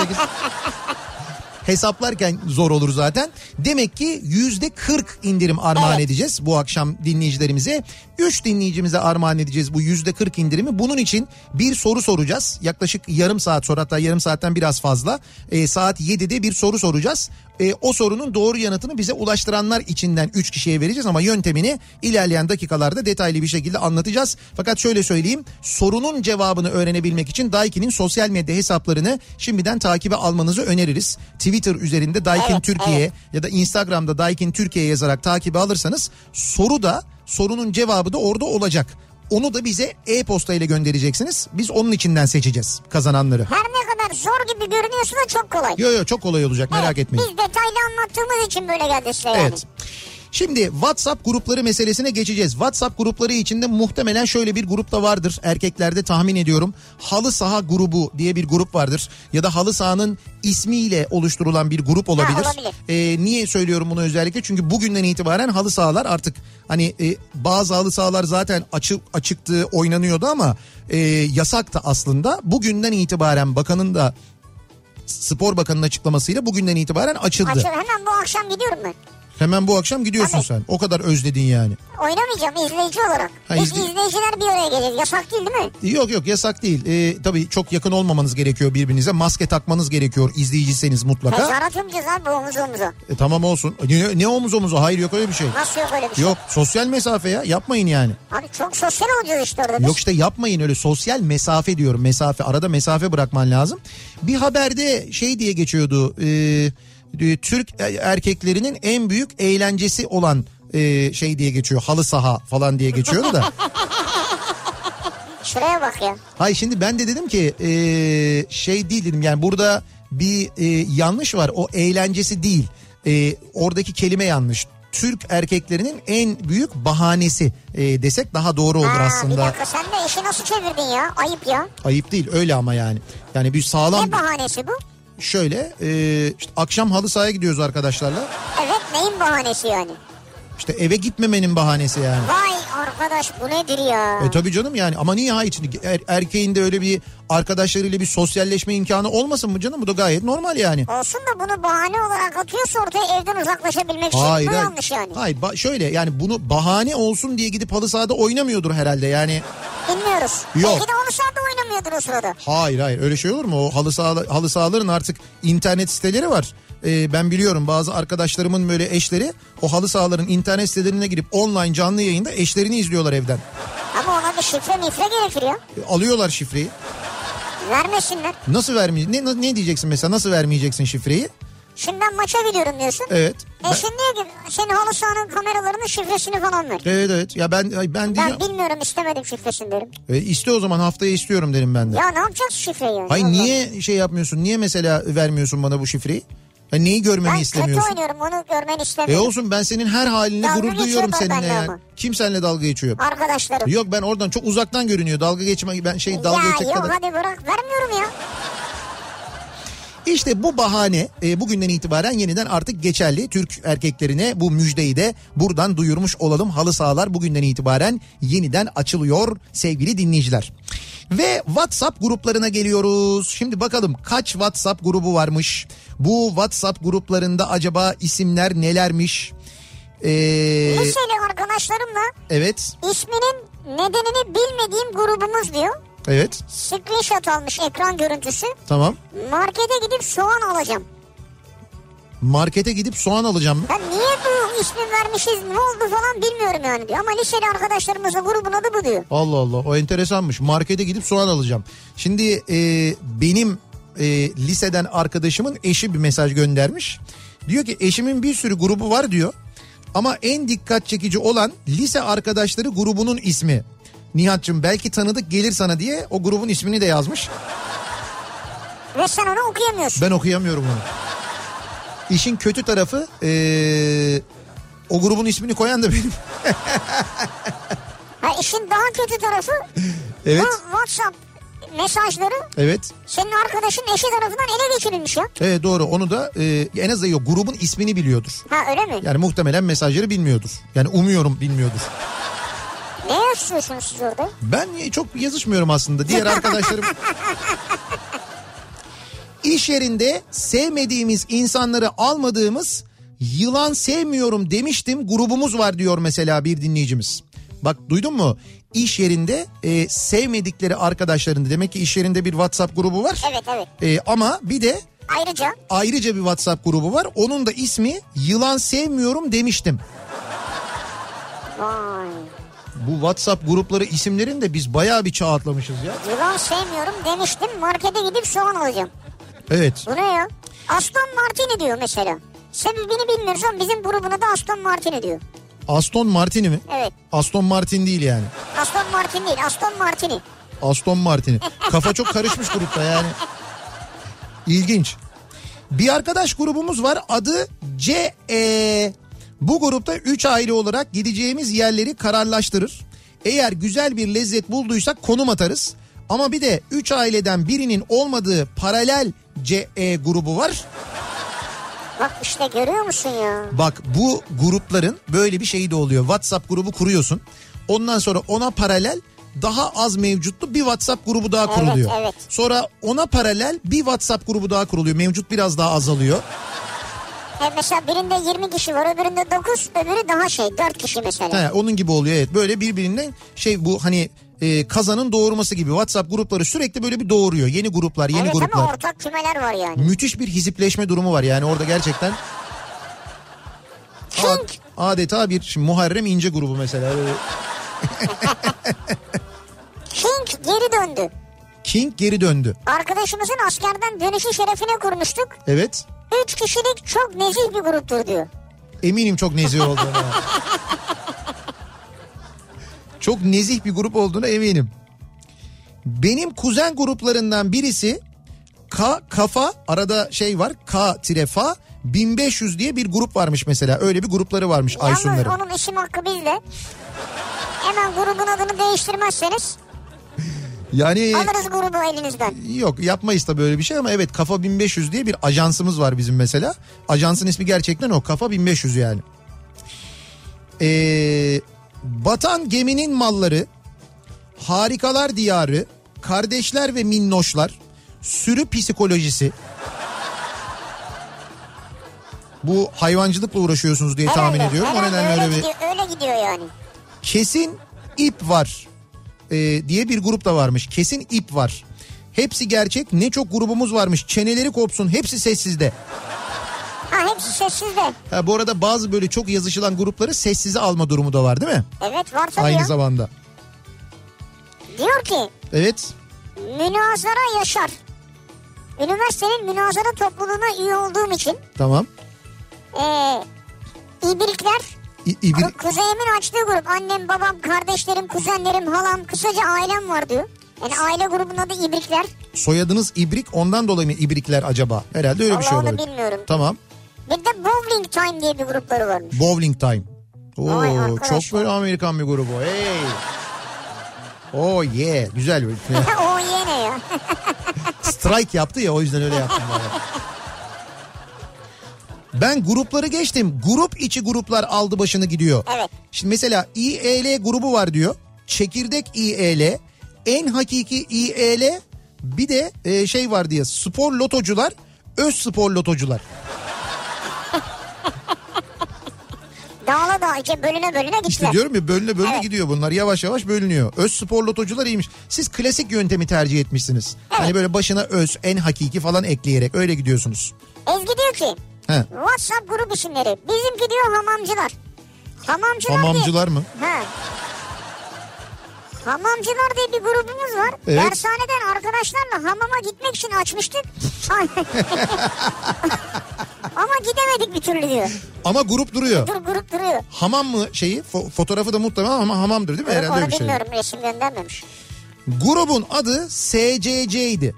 A: hesaplarken zor olur zaten. Demek ki %40 indirim armağan edeceğiz bu akşam dinleyicilerimize. 3 dinleyicimize armağan edeceğiz bu %40 indirimi. Bunun için bir soru soracağız. Yaklaşık yarım saat sonra, hatta yarım saatten biraz fazla. Saat 7'de bir soru soracağız. O sorunun doğru yanıtını bize ulaştıranlar içinden 3 kişiye vereceğiz ama yöntemini ilerleyen dakikalarda detaylı bir şekilde anlatacağız. Fakat şöyle söyleyeyim, sorunun cevabını öğrenebilmek için Daikin'in sosyal medya hesaplarını şimdiden takibe almanızı öneririz. Twitter üzerinde Daikin Türkiye ya da Instagram'da Daikin Türkiye yazarak takibe alırsanız sorunun cevabı da orada olacak. Onu da bize e-posta ile göndereceksiniz. Biz onun içinden seçeceğiz kazananları.
B: Her ne kadar zor gibi görünüyorsa da çok kolay.
A: Yok çok kolay olacak, merak etmeyin.
B: Biz detaylı anlattığımız için böyle geldi size yani.
A: Evet. Şimdi WhatsApp grupları meselesine geçeceğiz. WhatsApp grupları içinde muhtemelen şöyle bir grup da vardır. Erkeklerde tahmin ediyorum. Halı saha grubu diye bir grup vardır. Ya da halı sahanın ismiyle oluşturulan bir grup olabilir. Niye söylüyorum bunu özellikle? Çünkü bugünden itibaren halı sahalar artık hani bazı halı sahalar zaten açıktı, oynanıyordu ama yasaktı aslında. Bugünden itibaren bakanın da Spor Bakanı'nın açıklamasıyla bugünden itibaren açıldı.
B: Hemen bu akşam gidiyorum ben.
A: Hemen bu akşam gidiyorsun sen. O kadar özledin yani.
B: Oynamayacağım, izleyici olarak. Biz izleyiciler bir araya geleceğiz. Yasak değil mi?
A: Yok yasak değil. Tabii çok yakın olmamanız gerekiyor birbirinize. Maske takmanız gerekiyor izleyiciyseniz mutlaka.
B: Tezahürat yapacağız abi omuz omuza.
A: Tamam olsun. Ne omuz omuza? Hayır yok öyle bir şey.
B: Nasıl yok öyle bir şey?
A: Yok sosyal mesafe ya, yapmayın yani.
B: Abi çok sosyal olacağız işte orada biz.
A: Yok işte yapmayın öyle, sosyal mesafe diyorum. Arada mesafe bırakman lazım. Bir haberde diye geçiyordu. Türk erkeklerinin en büyük eğlencesi olan diye geçiyor. Halı saha falan diye geçiyordu da.
B: Şuraya bak ya.
A: Hayır şimdi ben de dedim ki değil dedim yani burada bir yanlış var, o eğlencesi değil. Oradaki kelime yanlış. Türk erkeklerinin en büyük bahanesi desek daha doğru olur aslında.
B: Bir dakika, sen de işi nasıl çevirdin ya? Ayıp ya.
A: Ayıp değil öyle ama yani. Yani bir sağlam.
B: Ne bahanesi bu?
A: Şöyle işte akşam halı sahaya gidiyoruz arkadaşlarla.
B: Evet, neyin bahanesi yani?
A: İşte eve gitmemenin bahanesi yani.
B: Vay arkadaş, bu nedir ya?
A: Tabii canım yani, ama niye erkeğin de öyle bir arkadaşlarıyla bir sosyalleşme imkanı olmasın mı canım? Bu da gayet normal yani.
B: Olsun da bunu bahane olarak atıyorsa ortaya evden uzaklaşabilmek için. Bu yanlış yani.
A: Hayır şöyle yani, bunu bahane olsun diye gidip halı sahada oynamıyordur herhalde yani.
B: Bilmiyoruz.
A: Yok.
B: Belki de halı sahada oynamıyordur o sırada.
A: Hayır öyle şey olur mu? O halı sahaların artık internet siteleri var. Ben biliyorum, bazı arkadaşlarımın böyle eşleri o halı sahaların internet sitelerine girip online canlı yayında eşlerini izliyorlar evden.
B: Ama ona bir şifre gerekir ya.
A: Alıyorlar şifreyi.
B: Vermesinler.
A: Nasıl vermeyeceksin? Ne diyeceksin mesela, nasıl vermeyeceksin şifreyi?
B: Şimdi ben maça gidiyorum diyorsun.
A: Evet.
B: Şimdi diyor ki senin halı sahanın kameralarının şifresini falan ver.
A: Evet. Ya ben
B: bilmiyorum, istemedim şifresini derim.
A: İste o zaman, haftaya istiyorum derim ben de.
B: Ya ne yapacağız şifreyi yani?
A: Hayır, niye şey yapmıyorsun? Niye mesela vermiyorsun bana bu şifreyi? Neyi görmemi istemiyorsun?
B: Ben kötü oynuyorum, onu görmeni istemiyorum.
A: Olsun, ben senin her haline gurur duyuyorum seninle yani. Ama. Kim seninle dalga geçiyor?
B: Arkadaşlarım.
A: Yok, ben oradan çok uzaktan görünüyor dalga geçme, dalga geçecek
B: kadar.
A: Ya yok
B: hadi bırak, vermiyorum ya.
A: İşte bu bahane bugünden itibaren yeniden artık geçerli. Türk erkeklerine bu müjdeyi de buradan duyurmuş olalım. Halı sahalar bugünden itibaren yeniden açılıyor sevgili dinleyiciler. Ve WhatsApp gruplarına geliyoruz. Şimdi bakalım kaç WhatsApp grubu varmış? Bu WhatsApp gruplarında acaba isimler nelermiş?
B: Liseli arkadaşlarımla
A: evet.
B: isminin nedenini bilmediğim grubumuz diyor.
A: Evet.
B: Screenshot almış, ekran görüntüsü.
A: Tamam.
B: Markete gidip soğan alacağım.
A: Markete gidip soğan alacağım mı?
B: Ya niye bu ismi vermişiz, ne oldu falan bilmiyorum yani diyor. Ama liseli arkadaşlarımızın grubun adı bu diyor.
A: Allah Allah, o enteresanmış. Markete gidip soğan alacağım. Şimdi benim liseden arkadaşımın eşi bir mesaj göndermiş. Diyor ki eşimin bir sürü grubu var diyor. Ama en dikkat çekici olan lise arkadaşları grubunun ismi. Nihat'cığım belki tanıdık gelir sana diye o grubun ismini de yazmış.
B: Ve sen onu okuyamıyorsun.
A: Ben okuyamıyorum onu. İşin kötü tarafı o grubun ismini koyan da benim.
B: Ha, işin daha kötü tarafı
A: evet.
B: Bu WhatsApp mesajları
A: evet.
B: Senin arkadaşın eşi tarafından ele geçirilmiş ya.
A: Evet doğru, onu da en azından yok, grubun ismini biliyordur.
B: Ha öyle mi?
A: Yani muhtemelen mesajları bilmiyordur. Yani umuyorum bilmiyordur.
B: Ne yazıyorsunuz siz orada?
A: Ben çok yazışmıyorum aslında. Diğer arkadaşlarım... İş yerinde sevmediğimiz insanları almadığımız yılan sevmiyorum demiştim grubumuz var diyor mesela bir dinleyicimiz. Bak duydun mu? İş yerinde sevmedikleri arkadaşlarında, demek ki iş yerinde bir WhatsApp grubu var.
B: Evet.
A: Ama bir de ayrıca bir WhatsApp grubu var. Onun da ismi yılan sevmiyorum demiştim.
B: Vay.
A: Bu WhatsApp grupları isimlerini de biz bayağı bir çağ atlamışız ya.
B: Yılan sevmiyorum demiştim, markete gidip soğan alacağım.
A: Evet.
B: Bu ne ya? Aston Martin diyor mesela. Sebebini bilmiyoruz ama bizim grubuna da Aston Martin diyor.
A: Aston Martin'i mi?
B: Evet.
A: Aston Martin değil yani.
B: Aston Martin değil, Aston Martin'i.
A: Aston Martin'i. Kafa çok karışmış grupta yani. İlginç. Bir arkadaş grubumuz var, adı CE. Bu grupta 3 aile olarak gideceğimiz yerleri kararlaştırır. Eğer güzel bir lezzet bulduysak konum atarız. Ama bir de 3 aileden birinin olmadığı paralel CE grubu var.
B: Bak işte görüyor musun ya?
A: Bak bu grupların böyle bir şeyi de oluyor. WhatsApp grubu kuruyorsun. Ondan sonra ona paralel daha az mevcutlu bir WhatsApp grubu daha kuruluyor.
B: Evet.
A: Sonra ona paralel bir WhatsApp grubu daha kuruluyor. Mevcut biraz daha azalıyor.
B: Mesela birinde 20 kişi var, öbüründe 9, öbürü daha 4 kişi mesela.
A: He, onun gibi oluyor evet. Böyle birbirinden bu hani kazanın doğurması gibi WhatsApp grupları sürekli böyle bir doğuruyor. Yeni gruplar, yeni gruplar.
B: Evet ama ortak kümeler var yani.
A: Müthiş bir hizipleşme durumu var yani orada gerçekten.
B: King.
A: Adeta bir Muharrem İnce grubu mesela.
B: King geri döndü.
A: King geri döndü.
B: Arkadaşımızın askerden dönüşü şerefine kurmuştuk.
A: Evet.
B: 3 kişilik çok nezih bir gruptur diyor.
A: Eminim çok nezih olduğuna. Çok nezih bir grup olduğuna eminim. Benim kuzen gruplarından birisi kafa arada var K-Fa 1500 diye bir grup varmış mesela. Öyle bir grupları varmış Aysunların.
B: Yalnız onun isim hakkı bizde. Hemen grubun adını değiştirmezseniz
A: yani
B: alırız grubu elinizden.
A: Yok yapmayız da böyle bir şey ama evet Kafa 1500 diye bir ajansımız var bizim mesela. Ajansın ismi gerçekten o, Kafa 1500 yani. Batan geminin malları, harikalar diyarı, kardeşler ve minnoşlar, sürü psikolojisi. Bu hayvancılıkla uğraşıyorsunuz diye tahmin ediyorum. O nedenle
B: öyle gidiyor yani.
A: Kesin ip var diye bir grup da varmış. Kesin ip var. Hepsi gerçek. Ne çok grubumuz varmış. Çeneleri kopsun. Hepsi sessizde.
B: Ha hepsi sessizde.
A: Ha, bu arada bazı böyle çok yazışılan grupları sessize alma durumu da var değil mi?
B: Evet var tabii
A: aynı zamanda.
B: Diyor ki.
A: Evet.
B: Münazara yaşar. Üniversitenin münazara topluluğuna üye olduğum için.
A: Tamam.
B: İbrikler. Kuzenimin açtığı grup. Annem, babam, kardeşlerim, kuzenlerim, halam, kısaca ailem var diyor. Yani aile grubunun adı İbrikler.
A: Soyadınız İbrik, ondan dolayı mı İbrikler acaba? Herhalde öyle bir şey olabilir.
B: Vallahi bilmiyorum.
A: Tamam.
B: Bir de Bowling Time diye bir grupları varmış.
A: Bowling Time. Oo, çok böyle Amerikan bir grubu. Hey. Oh yeah. Güzel bir.
B: Oh yeah ne ya?
A: Strike yaptı ya, o yüzden öyle yaptım. Ben grupları geçtim. Grup içi gruplar aldı başını gidiyor.
B: Evet.
A: Şimdi mesela İEL grubu var diyor. Çekirdek İEL, en hakiki İEL, bir de şey var diye, spor lotocular, öz spor lotocular.
B: Dağla dağ, bölüne bölüne gittiler.
A: İşte diyorum ya, bölüne bölüne
B: evet.
A: Gidiyor bunlar, yavaş yavaş bölünüyor. Öz spor lotocular iyiymiş. Siz klasik yöntemi tercih etmişsiniz. Evet. Hani böyle başına öz, en hakiki falan ekleyerek öyle gidiyorsunuz.
B: Ezgi diyor ki
A: He.
B: WhatsApp grup isimleri. Bizimki diyor hamamcılar.
A: Hamamcılar mı?
B: He. Hamamcılar diye bir grubumuz var.
A: Evet.
B: Dershaneden arkadaşlarla hamama gitmek için açmıştık. Ama gidemedik bir türlü diyor.
A: Ama grup duruyor.
B: Grup duruyor.
A: Hamam mı şeyi? Fotoğrafı da muhtemelen ama hamamdır değil mi? Herhalde
B: Onu
A: bir şey.
B: bilmiyorum, resim göndermemiş.
A: Grubun adı SCC'ydi.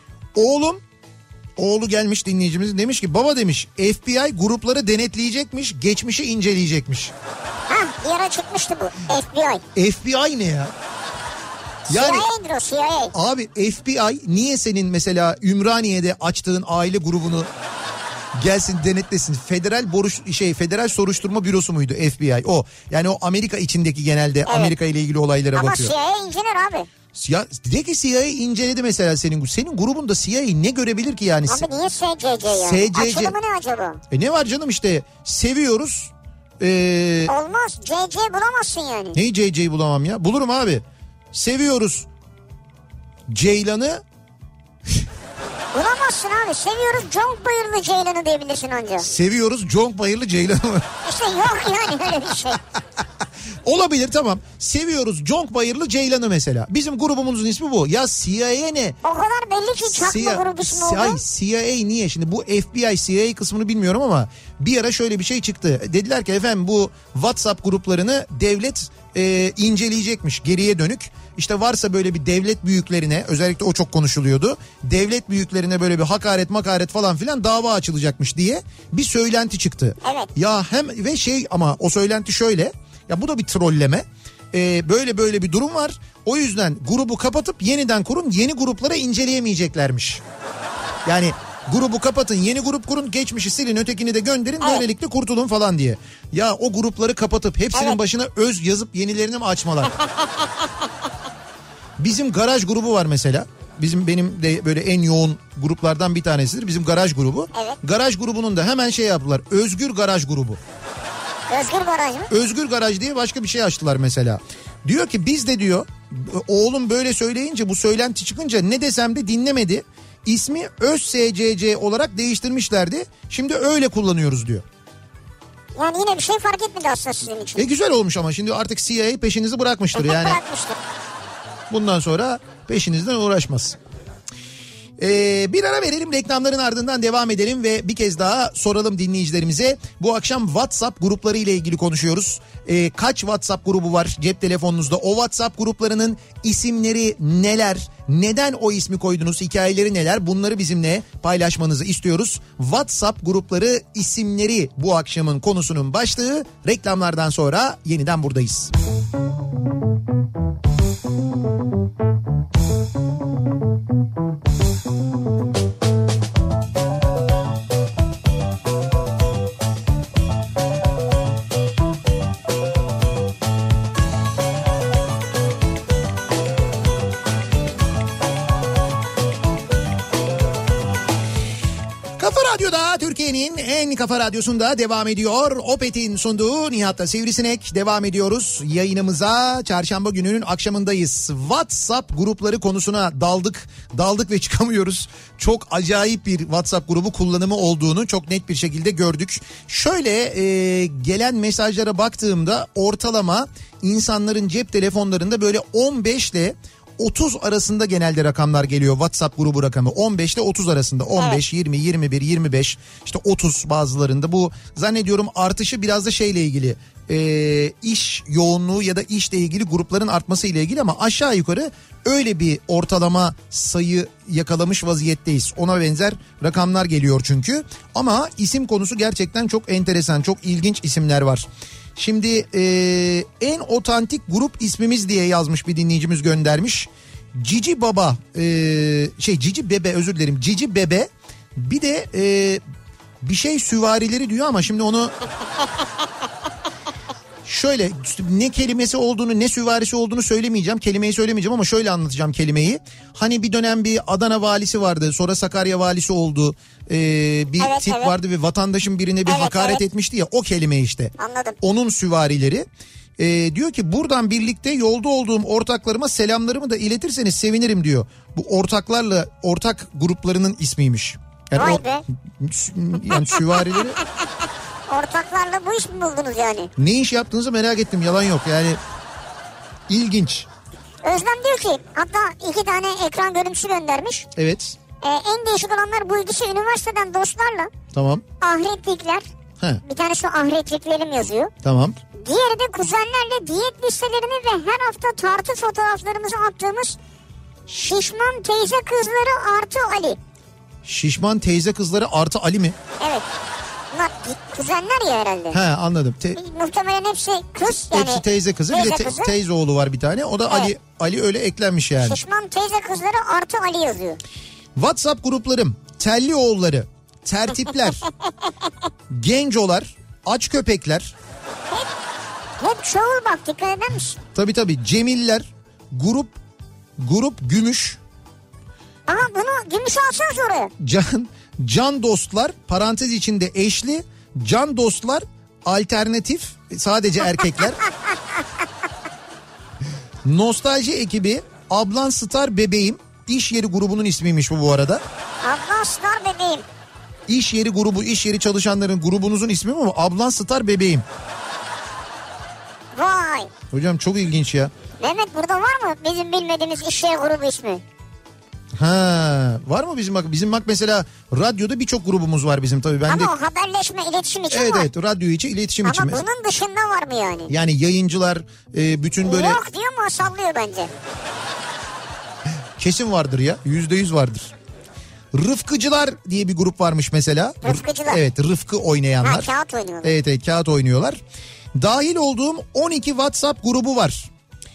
A: Oğlu gelmiş dinleyicimiz, demiş ki baba demiş, FBI grupları denetleyecekmiş, geçmişi inceleyecekmiş.
B: Bir ara çıkmıştı bu FBI.
A: FBI ne ya? Yani
B: CIA'dir o, CIA.
A: abi FBI niye senin mesela Ümraniye'de açtığın aile grubunu gelsin denetlesin? Federal Soruşturma Bürosu muydu FBI? O. Yani o Amerika içindeki genelde, evet. Amerika ile ilgili olaylara
B: ama
A: bakıyor.
B: Ama CIA inceler abi.
A: Ya de ki CIA inceledi mesela senin grubunda CIA ne görebilir ki yani?
B: Abi niye SCC yani? Açılımı ne acaba?
A: Ne var canım, işte seviyoruz.
B: Olmaz, CC bulamazsın yani.
A: Neyi CC'yi bulamam ya? Bulurum abi. Seviyoruz Ceylan'ı.
B: Bulamazsın abi. Seviyoruz Conk Bayırlı Ceylan'ı diyebilirsin ancak.
A: Seviyoruz Conk Bayırlı Ceylan'ı mı?
B: İşte yok yani öyle bir şey.
A: Olabilir, tamam. Seviyoruz Conk Bayırlı Ceylan'ı mesela. Bizim grubumuzun ismi bu. Ya CIA ne?
B: O kadar belli ki çakma grup ismi oldu.
A: CIA niye? Şimdi bu FBI CIA kısmını bilmiyorum ama bir ara şöyle bir şey çıktı. Dediler ki efendim bu WhatsApp gruplarını devlet inceleyecekmiş geriye dönük. İşte varsa böyle bir devlet büyüklerine, özellikle o çok konuşuluyordu. Devlet büyüklerine böyle bir hakaret falan filan dava açılacakmış diye bir söylenti çıktı.
B: Evet.
A: Ya hem ve ama o söylenti şöyle. Ya bu da bir trolleme. Böyle bir durum var. O yüzden grubu kapatıp yeniden kurun. Yeni gruplara inceleyemeyeceklermiş. Yani grubu kapatın, yeni grup kurun, geçmişi silin, ötekini de gönderin, evet. Böylelikle kurtulun falan diye. Ya o grupları kapatıp hepsinin evet. başına öz yazıp yenilerini mi açmalar? Bizim garaj grubu var mesela. Benim de böyle en yoğun gruplardan bir tanesidir. Bizim garaj grubu.
B: Evet.
A: Garaj grubunun da hemen şey yaptılar. Özgür Garaj grubu.
B: Özgür Garaj mı? Özgür
A: Garaj diye başka bir şey açtılar mesela. Diyor ki biz de diyor, oğlum böyle söyleyince, bu söylenti çıkınca ne desem de dinlemedi. İsmi ÖzSCC olarak değiştirmişlerdi. Şimdi öyle kullanıyoruz diyor.
B: Yani yine bir şey fark etmedi aslında sizin için.
A: Güzel olmuş ama şimdi artık CIA peşinizi bırakmıştır yani.
B: Bırakmıştır.
A: Bundan sonra peşinizden uğraşmaz. Bir ara verelim, reklamların ardından devam edelim ve bir kez daha soralım dinleyicilerimize. Bu akşam WhatsApp grupları ile ilgili konuşuyoruz. Kaç WhatsApp grubu var cep telefonunuzda? O WhatsApp gruplarının isimleri neler? Neden o ismi koydunuz? Hikayeleri neler? Bunları bizimle paylaşmanızı istiyoruz. WhatsApp grupları isimleri bu akşamın konusunun başlığı. Reklamlardan sonra yeniden buradayız. Radyo'da, Türkiye'nin en kafa radyosunda devam ediyor. Opet'in sunduğu Nihat'la Sivrisinek devam ediyoruz. Yayınımıza çarşamba gününün akşamındayız. WhatsApp grupları konusuna daldık ve çıkamıyoruz. Çok acayip bir WhatsApp grubu kullanımı olduğunu çok net bir şekilde gördük. Şöyle gelen mesajlara baktığımda ortalama insanların cep telefonlarında böyle 15 ile 30 arasında genelde rakamlar geliyor, WhatsApp grubu rakamı 15 ile 30 arasında, 15, evet. 20, 21, 25, işte 30 bazılarında. Bu zannediyorum artışı biraz da şeyle ilgili, iş yoğunluğu ya da işle ilgili grupların artması ile ilgili, ama aşağı yukarı öyle bir ortalama sayı yakalamış vaziyetteyiz. Ona benzer rakamlar geliyor çünkü, ama isim konusu gerçekten çok enteresan, çok ilginç isimler var. Şimdi en otantik grup ismimiz diye yazmış bir dinleyicimiz, göndermiş. Cici Baba Cici Bebe, özür dilerim, Cici Bebe, bir de bir şey süvarileri diyor ama şimdi onu şöyle, ne kelimesi olduğunu, ne süvarisi olduğunu söylemeyeceğim. Kelimeyi söylemeyeceğim ama şöyle anlatacağım kelimeyi. Hani bir dönem bir Adana valisi vardı. Sonra Sakarya valisi oldu. Bir tip vardı ve vatandaşın birine bir hakaret etmişti ya. O kelime işte.
B: Anladım.
A: Onun süvarileri. Diyor ki buradan birlikte yolda olduğum ortaklarıma selamlarımı da iletirseniz sevinirim diyor. Bu ortak gruplarının ismiymiş. Yani
B: vay be.
A: Yani süvarileri...
B: Ortaklarla bu iş mi buldunuz yani?
A: Ne iş yaptığınızı merak ettim, yalan yok yani. İlginç.
B: Özlem diyor ki, hatta 2 tane ekran görüntüsü göndermiş.
A: Evet.
B: En değişik olanlar bu ikisi üniversiteden dostlarla.
A: Tamam.
B: Ahretlikler. Bir tanesi ahretliklerim yazıyor.
A: Tamam.
B: Diğeri de kuzenlerle diyet listelerini ve her hafta tartı fotoğraflarımızı attığımız şişman teyze kızları artı Ali.
A: Şişman teyze kızları artı Ali mi?
B: Evet. Bunlar kuzenler ya herhalde.
A: He, anladım.
B: Muhtemelen hepsi kız. Yani
A: hepsi teyze kızı. Bir de teyze oğlu var bir tane. O da evet. Ali öyle eklenmiş yani.
B: Şişman teyze kızları artı Ali yazıyor.
A: WhatsApp gruplarım, telli oğulları, tertipler, gencolar, aç köpekler.
B: Hep çoğul, bak dikkat eder misin?
A: Tabii Cemiller, grup gümüş.
B: Aha, bunu gümüş alsanız oraya.
A: Can dostlar, parantez içinde eşli, can dostlar alternatif, sadece erkekler. Nostalji ekibi, Ablan Star Bebeğim, iş yeri grubunun ismiymiş bu arada.
B: Ablan Star Bebeğim.
A: İş yeri grubu, iş yeri çalışanların grubunuzun ismi mi, ama Ablan Star Bebeğim.
B: Vay.
A: Hocam çok ilginç ya.
B: Mehmet, burada var mı bizim bilmediğimiz iş yeri grubu ismi?
A: Var mı bizim bak mesela radyoda birçok grubumuz var bizim tabii.
B: Ama o haberleşme, iletişim için var.
A: Evet, radyo için, iletişim için.
B: Ama bunun dışında var mı yani?
A: Yani yayıncılar bütün böyle...
B: Yok diyor mu, sallıyor bence.
A: Kesin vardır ya, %100 vardır. Rıfkıcılar diye bir grup varmış mesela.
B: Rıfkıcılar.
A: Evet, rıfkı oynayanlar.
B: Kağıt oynuyorlar.
A: Evet, kağıt oynuyorlar. Dahil olduğum 12 WhatsApp grubu var.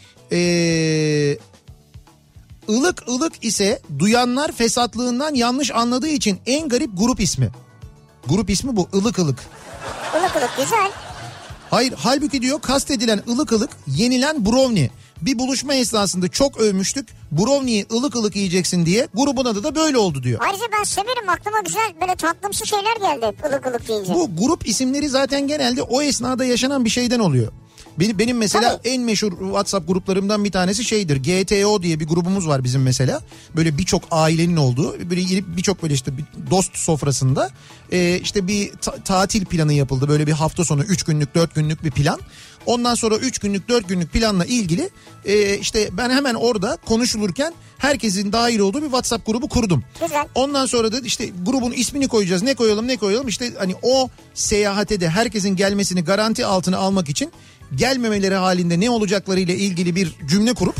A: Ilık ise duyanlar fesatlığından yanlış anladığı için en garip grup ismi. Grup ismi bu, ılık.
B: Ilık güzel.
A: Hayır, halbuki diyor kastedilen ılık yenilen brownie. Bir buluşma esnasında çok övmüştük. Brownie'yi ılık yiyeceksin diye. Grubun adı da böyle oldu diyor.
B: Ayrıca ben severim, aklıma güzel böyle tatlımsı şeyler geldi hep ılık deyince.
A: Bu grup isimleri zaten genelde o esnada yaşanan bir şeyden oluyor. Benim mesela
B: tabii,
A: en meşhur WhatsApp gruplarımdan bir tanesi şeydir. GTO diye bir grubumuz var bizim mesela. Böyle birçok ailenin olduğu, böyle birçok böyle işte bir dost sofrasında işte bir tatil planı yapıldı. Böyle bir hafta sonu 3 günlük 4 günlük bir plan. Ondan sonra 3 günlük 4 günlük planla ilgili işte ben hemen orada konuşulurken herkesin dahil olduğu bir WhatsApp grubu kurdum.
B: Güzel.
A: Ondan sonra da işte grubun ismini koyacağız. Ne koyalım işte hani o seyahate de herkesin gelmesini garanti altına almak için gelmemeleri halinde ne olacaklarıyla ilgili bir cümle kurup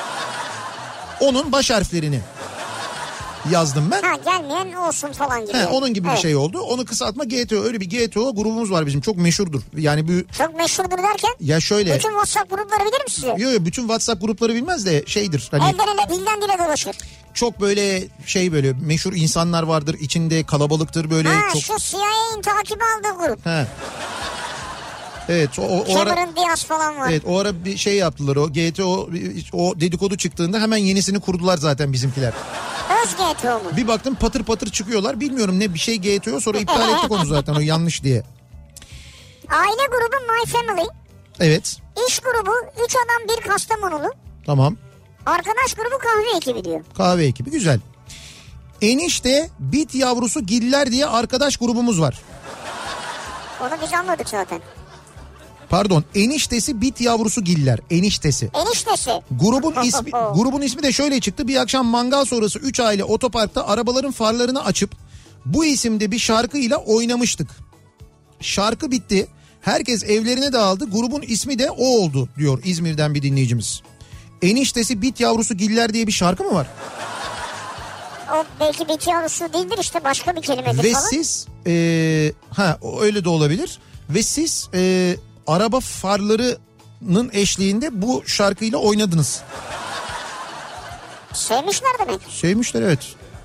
A: onun baş harflerini yazdım ben.
B: Gelmeyen olsun falan gibi.
A: Onun gibi bir şey oldu. Onu kısaltma GTO. Öyle bir GTO grubumuz var bizim. Çok meşhurdur. Yani bu...
B: Çok meşhurdur derken?
A: Ya şöyle.
B: Bütün WhatsApp grupları bilir mi size?
A: Yok, bütün WhatsApp grupları bilmez de şeydir. Hani...
B: Dilden dile dolaşır.
A: Çok böyle böyle meşhur insanlar vardır. İçinde kalabalıktır böyle. Çok...
B: Şu CIA'nin takibi aldığı grup.
A: Evet, o ara
B: Diaz falan var.
A: Evet, o ara bir şey yaptılar, o GTO, o dedikodu çıktığında hemen yenisini kurdular zaten bizimkiler.
B: Öz GTO mu?
A: Bir baktım patır çıkıyorlar, bilmiyorum ne bir şey GTO, sonra iptal ettik onu zaten, o yanlış diye.
B: Aile grubu My Family.
A: Evet.
B: İş grubu 3 adam 1 Kastamonulu.
A: Tamam.
B: Arkadaş grubu kahve ekibi diyor.
A: Kahve ekibi, güzel. Enişte bit yavrusu giller diye arkadaş grubumuz var.
B: Onu biz anladık zaten.
A: Pardon, eniştesi bit yavrusu giller. Eniştesi. Grubun ismi de şöyle çıktı. Bir akşam mangal sonrası 3 aile otoparkta arabaların farlarını açıp bu isimde bir şarkıyla oynamıştık. Şarkı bitti. Herkes evlerine dağıldı. Grubun ismi de o oldu diyor İzmir'den bir dinleyicimiz. Eniştesi bit yavrusu giller diye bir şarkı mı var?
B: O belki bit yavrusu değildir, işte başka bir kelimedir
A: ve
B: falan.
A: Ve siz öyle de olabilir. Ve siz araba farlarının eşliğinde bu şarkıyla oynadınız.
B: Sevmişler demek.
A: Sevmişler, evet.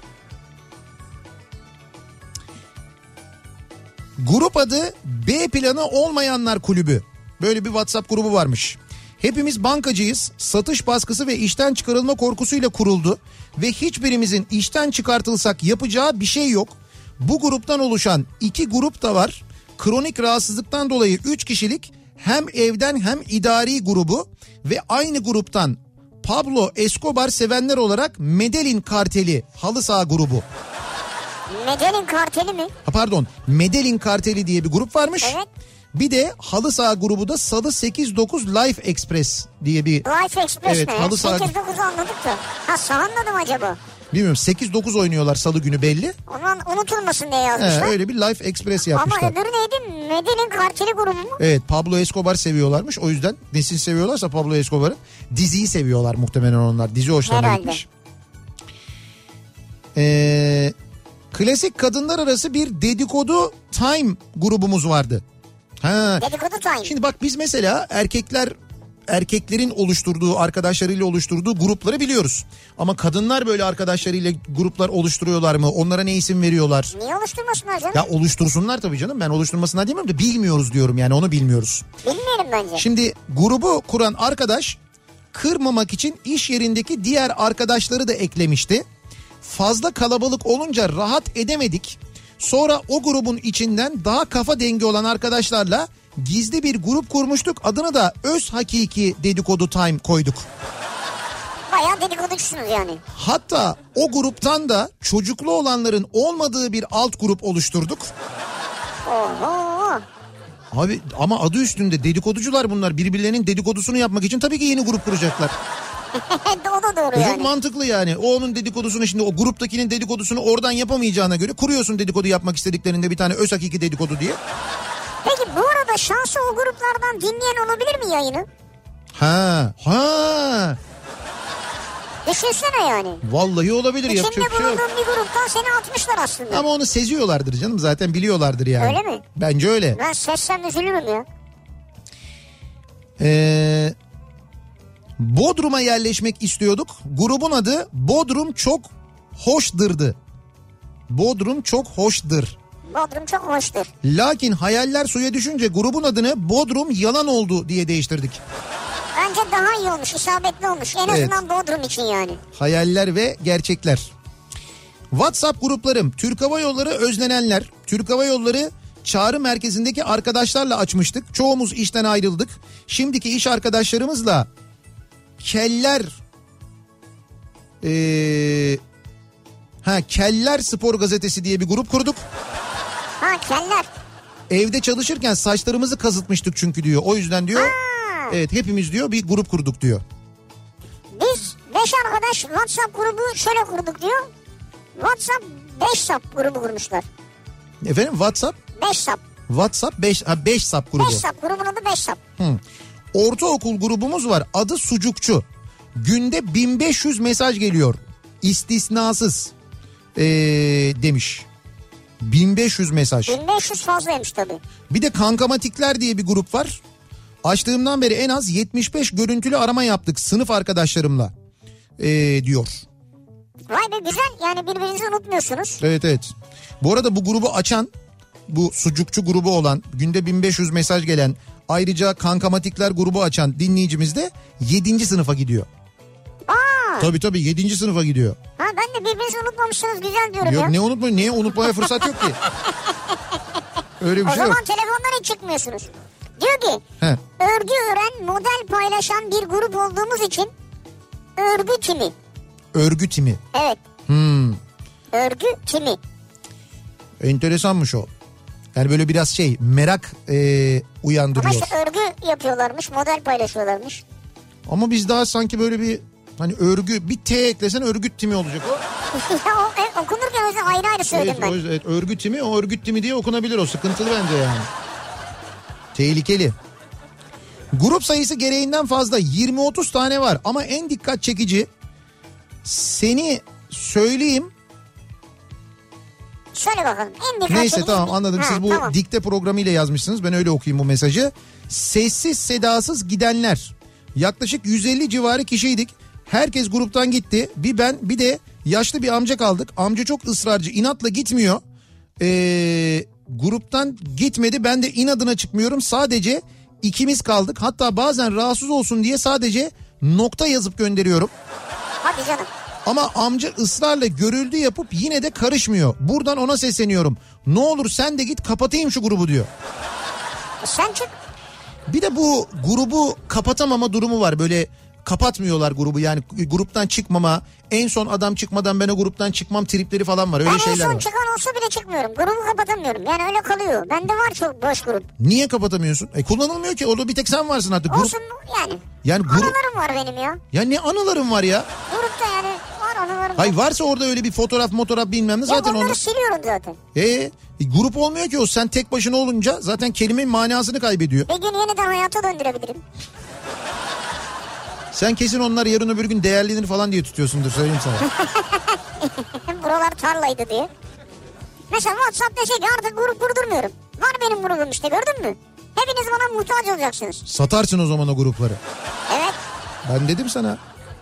A: Grup adı B planı olmayanlar kulübü. Böyle bir WhatsApp grubu varmış. Hepimiz bankacıyız. Satış baskısı ve işten çıkarılma korkusuyla kuruldu. Ve hiçbirimizin işten çıkartılsak yapacağı bir şey yok. Bu gruptan oluşan 2 grup da var. Kronik rahatsızlıktan dolayı 3 kişilik hem evden hem idari grubu ve aynı gruptan Pablo Escobar sevenler olarak Medellin Karteli halı saha grubu.
B: Medellin Karteli mi?
A: Pardon, Medellin Karteli diye bir grup varmış.
B: Evet.
A: Bir de halı saha grubu da Salı 8-9 Life Express diye bir...
B: Life Express
A: evet,
B: ne?
A: halı saha...
B: 8-9 anladık da. Ha, saha anladım acaba?
A: Bilmiyorum, 8-9 oynuyorlar salı günü belli.
B: Onun unutulmasın diye yazmışlar.
A: Öyle bir Life Express yapmışlar.
B: Ama öbürü neydi? Medellin Karteli grubu mu?
A: Evet, Pablo Escobar seviyorlarmış. O yüzden nesil seviyorlarsa Pablo Escobar'ı, diziyi seviyorlar muhtemelen onlar. Dizi hoşlarına gitmiş. Klasik kadınlar arası bir dedikodu time grubumuz vardı. Ha.
B: Dedikodu time.
A: Şimdi bak, biz mesela erkeklerin oluşturduğu, arkadaşlarıyla oluşturduğu grupları biliyoruz. Ama kadınlar böyle arkadaşlarıyla gruplar oluşturuyorlar mı? Onlara ne isim veriyorlar?
B: Niye oluşturmasınlar canım?
A: Ya oluştursunlar tabii canım. Ben oluşturmasınlar demiyorum da bilmiyoruz diyorum, yani onu bilmiyoruz.
B: Bilmeyelim bence.
A: Şimdi grubu kuran arkadaş kırmamak için iş yerindeki diğer arkadaşları da eklemişti. Fazla kalabalık olunca rahat edemedik. Sonra o grubun içinden daha kafa dengi olan arkadaşlarla gizli bir grup kurmuştuk. Adını da Öz Hakiki Dedikodu Time koyduk.
B: Bayağı dedikoducusunuz yani.
A: Hatta o gruptan da çocuklu olanların olmadığı bir alt grup oluşturduk.
B: Oho.
A: Abi ama adı üstünde dedikoducular bunlar. Birbirlerinin dedikodusunu yapmak için tabii ki yeni grup kuracaklar.
B: O da doğru
A: Çok
B: yani.
A: mantıklı yani. O onun dedikodusunu, şimdi o gruptakinin dedikodusunu oradan yapamayacağına göre kuruyorsun dedikodu yapmak istediklerinde bir tane Öz Hakiki Dedikodu diye.
B: Peki bu arada şansı o gruplardan dinleyen olabilir mi yayını?
A: Ha.
B: Düşünsene yani.
A: Vallahi olabilir,
B: İçinde
A: yapacak bir şey yok.
B: bulunduğun bir gruptan seni atmışlar aslında.
A: Ama onu seziyorlardır canım, zaten biliyorlardır yani.
B: Öyle mi?
A: Bence öyle.
B: Ben sessem üzülürüm ya.
A: Bodrum'a yerleşmek istiyorduk. Grubun adı Bodrum Çok Hoşdır'dı. Bodrum Çok Hoşdır.
B: Bodrum çok hoştur.
A: Lakin hayaller suya düşünce grubun adını Bodrum Yalan Oldu diye değiştirdik.
B: Bence daha iyi olmuş, isabetli olmuş. En azından Bodrum için yani.
A: Hayaller ve gerçekler. WhatsApp gruplarım Türk Hava Yolları özlenenler. Türk Hava Yolları çağrı merkezindeki arkadaşlarla açmıştık. Çoğumuz işten ayrıldık. Şimdiki iş arkadaşlarımızla Keller Keller Spor Gazetesi diye bir grup kurduk.
B: Ha, Keller.
A: Evde çalışırken saçlarımızı kazıtmıştık çünkü diyor. O yüzden diyor. Evet, hepimiz diyor bir grup kurduk diyor.
B: Biz 5 arkadaş WhatsApp grubu şöyle kurduk diyor. WhatsApp 5 sap grubu kurmuşlar.
A: Efendim WhatsApp?
B: 5 sap.
A: WhatsApp 5 sap grubu.
B: 5 sap grubun adı 5 sap.
A: Ortaokul grubumuz var, adı Sucukçu. Günde 1500 mesaj geliyor. İstisnasız demiş. 1500 mesaj.
B: 1500 fazlaymış tabii.
A: Bir de Kankamatikler diye bir grup var. Açtığımdan beri en az 75 görüntülü arama yaptık sınıf arkadaşlarımla diyor.
B: Vay be, güzel yani, birbirinizi unutmuyorsunuz.
A: Evet. Bu arada bu grubu açan, bu Sucukçu grubu olan, günde 1500 mesaj gelen, ayrıca Kankamatikler grubu açan dinleyicimiz de 7. sınıfa gidiyor. Tabii 7. sınıfa gidiyor.
B: Ha, ben de birbirinizi unutmamışsınız, güzel diyorum
A: Yok,
B: ya.
A: ne unutmayın, niye unutmaya fırsat yok ki. Öyle bir
B: o
A: şey yok.
B: O zaman telefondan hiç çıkmıyorsunuz. Diyor ki örgü öğren, model paylaşan bir grup olduğumuz için örgü timi.
A: Örgü timi.
B: Evet. Örgü timi.
A: Enteresanmış o. Yani böyle biraz merak uyandırıyor.
B: Ama işte örgü yapıyorlarmış, model paylaşıyorlarmış.
A: Ama biz daha sanki böyle bir hani örgü, bir T eklesen örgüt timi olacak o.
B: Okunurken o yüzden ayrı ayrı söyledim ben.
A: Evet, örgüt timi, o örgüt timi diye okunabilir, o sıkıntılı bence yani. Tehlikeli. Grup sayısı gereğinden fazla, 20-30 tane var ama en dikkat çekici, seni söyleyeyim.
B: Söyle bakalım. En dikkat
A: Neyse
B: çekici.
A: tamam, anladım. Siz bu dikte programıyla yazmışsınız. Ben öyle okuyayım bu mesajı. Sessiz sedasız gidenler. Yaklaşık 150 civarı kişiydik. Herkes gruptan gitti. Bir ben bir de yaşlı bir amca kaldık. Amca çok ısrarcı, inatla gitmiyor. Gruptan gitmedi, ben de inadına çıkmıyorum. Sadece ikimiz kaldık. Hatta bazen rahatsız olsun diye sadece nokta yazıp gönderiyorum.
B: Hadi canım.
A: Ama amca ısrarla görüldü yapıp yine de karışmıyor. Buradan ona sesleniyorum. Ne olur sen de git, kapatayım şu grubu diyor.
B: Sen çık.
A: Bir de bu grubu kapatamama durumu var. Böyle kapatmıyorlar grubu, yani gruptan çıkmama, en son adam çıkmadan ben o gruptan çıkmam tripleri falan var, öyle şeyler var. Ben en son
B: çıkan olsa bile çıkmıyorum, grubu kapatamıyorum, yani öyle kalıyor. Bende var çok boş grup.
A: Niye kapatamıyorsun? Kullanılmıyor ki, orada bir tek sen varsın artık.
B: Olsun yani anılarım var benim ya.
A: Ya ne anılarım var ya?
B: Grupta yani var anılarım.
A: Hayır, varsa orada öyle bir fotoğraf bilmem ne, zaten
B: onları siliyorum zaten.
A: Grup olmuyor ki o, sen tek başına olunca zaten kelimenin manasını kaybediyor.
B: Bir gün yeniden hayata döndürebilirim.
A: Sen kesin onlar yarın öbür gün değerlenir falan diye tutuyorsundur, söyleyeyim sana.
B: Buralar tarlaydı diye. Mesela WhatsApp dese ki artık grup kurdurmuyorum. Var benim grubum işte, gördün mü? Hepiniz bana muhtaç olacaksınız.
A: Satarsın o zaman o grupları.
B: Evet.
A: Ben dedim sana.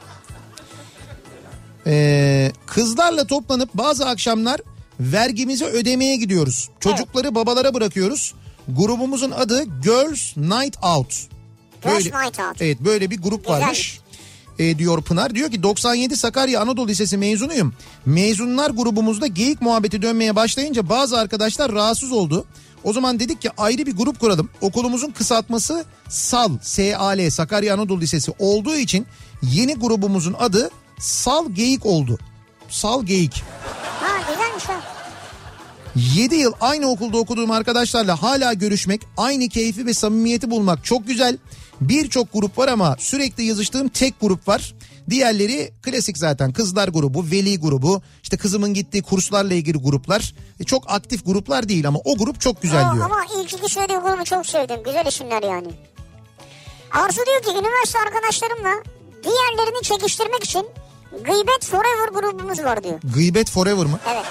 A: Kızlarla toplanıp bazı akşamlar vergimizi ödemeye gidiyoruz. Çocukları babalara bırakıyoruz. Grubumuzun adı Girls Night Out.
B: Girls Night Out.
A: Evet, böyle bir grup varmış. Diyor Pınar. Diyor ki 97 Sakarya Anadolu Lisesi mezunuyum. Mezunlar grubumuzda geyik muhabbeti dönmeye başlayınca bazı arkadaşlar rahatsız oldu. O zaman dedik ki ayrı bir grup kuralım. Okulumuzun kısaltması SAL, S-A-L, Sakarya Anadolu Lisesi olduğu için yeni grubumuzun adı Sal Geyik oldu. Sal Geyik.
B: Ha, güzelmiş o.
A: 7 yıl aynı okulda okuduğum arkadaşlarla hala görüşmek, aynı keyfi ve samimiyeti bulmak çok güzel. Birçok grup var ama sürekli yazıştığım tek grup var. Diğerleri klasik zaten, kızlar grubu, veli grubu, işte kızımın gittiği kurslarla ilgili gruplar. Çok aktif gruplar değil ama o grup çok güzel diyor.
B: Ama ilk iki söylediği grubu çok sevdim, güzel isimler yani. Arzu diyor ki üniversite arkadaşlarımla diğerlerini çekiştirmek için Gıybet Forever grubumuz var diyor.
A: Gıybet Forever mı?
B: Evet.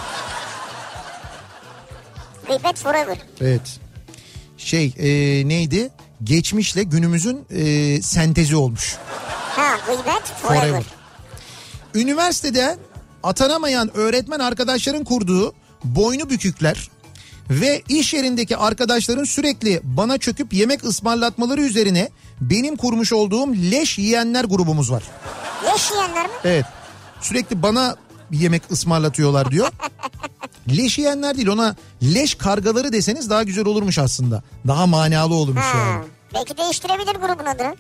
B: Gıybet Forever.
A: Evet. Neydi? Geçmişle günümüzün sentezi olmuş.
B: Ha, Gıybet Forever.
A: Üniversitede atanamayan öğretmen arkadaşların kurduğu boynu bükükler ve iş yerindeki arkadaşların sürekli bana çöküp yemek ısmarlatmaları üzerine benim kurmuş olduğum leş yiyenler grubumuz var.
B: Leş yiyenler mi?
A: Evet. Sürekli bana yemek ısmarlatıyorlar diyor. Leş yiyenler değil, ona leş kargaları deseniz daha güzel olurmuş aslında. Daha manalı olurmuş yani.
B: Belki değiştirebilir grubun adını.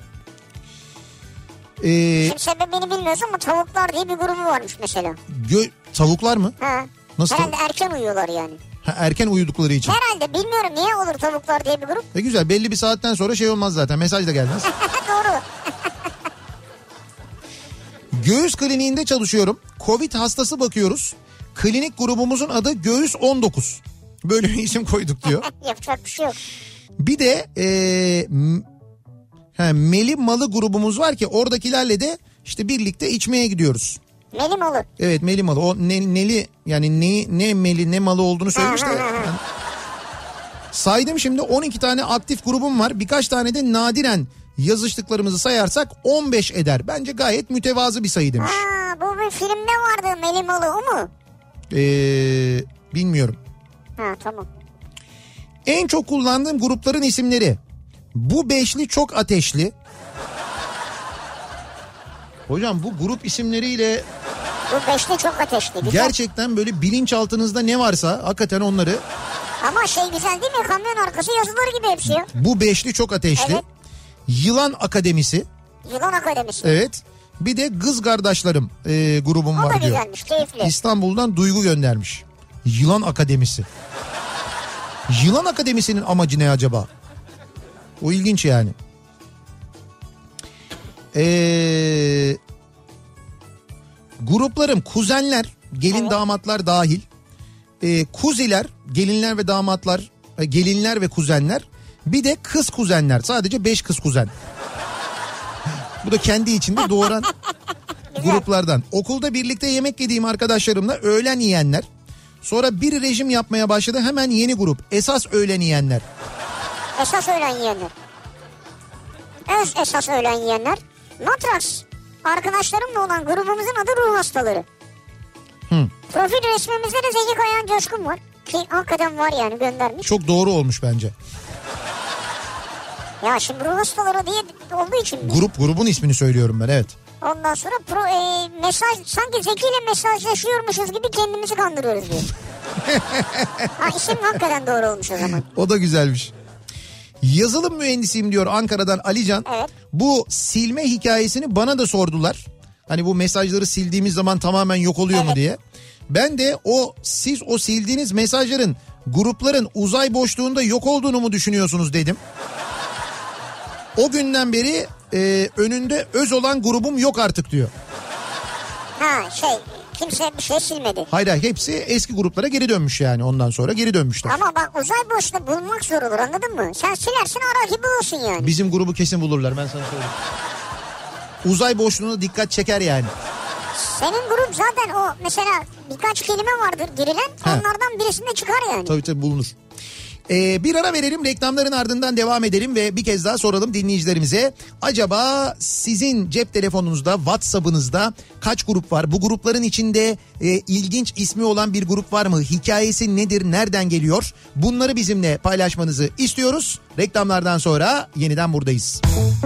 B: Şimdi sebebini bilmiyorsun ama tavuklar diye bir grubu varmış mesela.
A: Tavuklar mı?
B: Ha.
A: Nasıl?
B: Herhalde erken uyuyorlar yani.
A: Ha, erken uyudukları için.
B: Herhalde, bilmiyorum niye olur tavuklar diye bir grup.
A: Güzel, belli bir saatten sonra şey olmaz zaten, mesaj da gelmez.
B: Doğru.
A: Göğüs kliniğinde çalışıyorum. Covid hastası bakıyoruz. Klinik grubumuzun adı Göğüs 19. Böyle bir isim koyduk diyor.
B: Yapacak bir şey yok.
A: Bir de Meli Malı grubumuz var ki oradakilerle de işte birlikte içmeye gidiyoruz.
B: Meli Malı.
A: Evet, Meli Malı. O neli yani ne Meli ne Malı olduğunu söylemiş de. Yani, saydım şimdi 12 tane aktif grubum var. Birkaç tane de nadiren yazıştıklarımızı sayarsak 15 eder. Bence gayet mütevazı bir sayı demiş.
B: Bu bir filmde vardı Meli Malı, o mu?
A: Bilmiyorum.
B: Ha, tamam.
A: En çok kullandığım grupların isimleri. Bu beşli çok ateşli. Hocam bu grup isimleriyle...
B: Bu beşli çok ateşli. Güzel.
A: Gerçekten böyle bilinçaltınızda ne varsa hakikaten onları...
B: Ama güzel değil mi? Kamyon arkası yazıları gibi hepsi ya.
A: Bu beşli çok ateşli. Evet. Yılan Akademisi.
B: Yılan Akademisi.
A: Evet. Bir de Kız Kardeşlerim grubum var diyor. O da
B: güzelmiş, keyifli.
A: İstanbul'dan Duygu göndermiş. Yılan Akademisi. Yılan Akademisi'nin amacı ne acaba? O ilginç yani. Gruplarım kuzenler, gelin damatlar dahil. Kuziler, gelinler ve damatlar, gelinler ve kuzenler. Bir de kız kuzenler. Sadece 5 kız kuzen. Bu da kendi içinde doğuran gruplardan. Okulda birlikte yemek yediğim arkadaşlarımla öğlen yiyenler. Sonra bir rejim yapmaya başladı, hemen yeni grup. Esas öğlen yiyenler.
B: Esas öğlen yiyenler. Esas öğlen yiyenler. Matraks. arkadaşlarımla olan grubumuzun adı Ruh Hastaları. Profil resmimizde de Zeki Kayan Coşkun var. Ki hakikaten var yani, göndermiş.
A: Çok doğru olmuş bence.
B: Ya şimdi Ruh Hastaları diye olduğu için mi?
A: Grubun ismini söylüyorum ben, evet.
B: Ondan sonra mesaj, sanki Zeki ile mesajlaşıyormuşuz gibi kendimizi kandırıyoruz diyor. İsim hakikaten doğru olmuş o zaman.
A: O da güzelmiş. Yazılım mühendisiyim diyor Ankara'dan Alican.
B: Evet.
A: Bu silme hikayesini bana da sordular. Hani bu mesajları sildiğimiz zaman tamamen yok oluyor mu diye. Ben de siz o sildiğiniz mesajların grupların uzay boşluğunda yok olduğunu mu düşünüyorsunuz dedim. O günden beri önünde öz olan grubum yok artık diyor.
B: Kimse bir şey silmedi.
A: Hayır, hepsi eski gruplara geri dönmüş yani, ondan sonra geri dönmüşler.
B: Ama bak, uzay boşluğu bulmak zor olur, anladın mı? Sen silersin, ara gibi olsun yani.
A: Bizim grubu kesin bulurlar, ben sana söyleyeyim. Uzay boşluğuna dikkat çeker yani.
B: Senin grup zaten o mesela birkaç kelime vardır girilen, onlardan birisinde çıkar yani.
A: Tabii bulunur. Bir ara verelim, reklamların ardından devam edelim ve bir kez daha soralım dinleyicilerimize. Acaba sizin cep telefonunuzda, WhatsApp'ınızda kaç grup var? Bu grupların içinde ilginç ismi olan bir grup var mı? Hikayesi nedir? Nereden geliyor? Bunları bizimle paylaşmanızı istiyoruz. Reklamlardan sonra yeniden buradayız.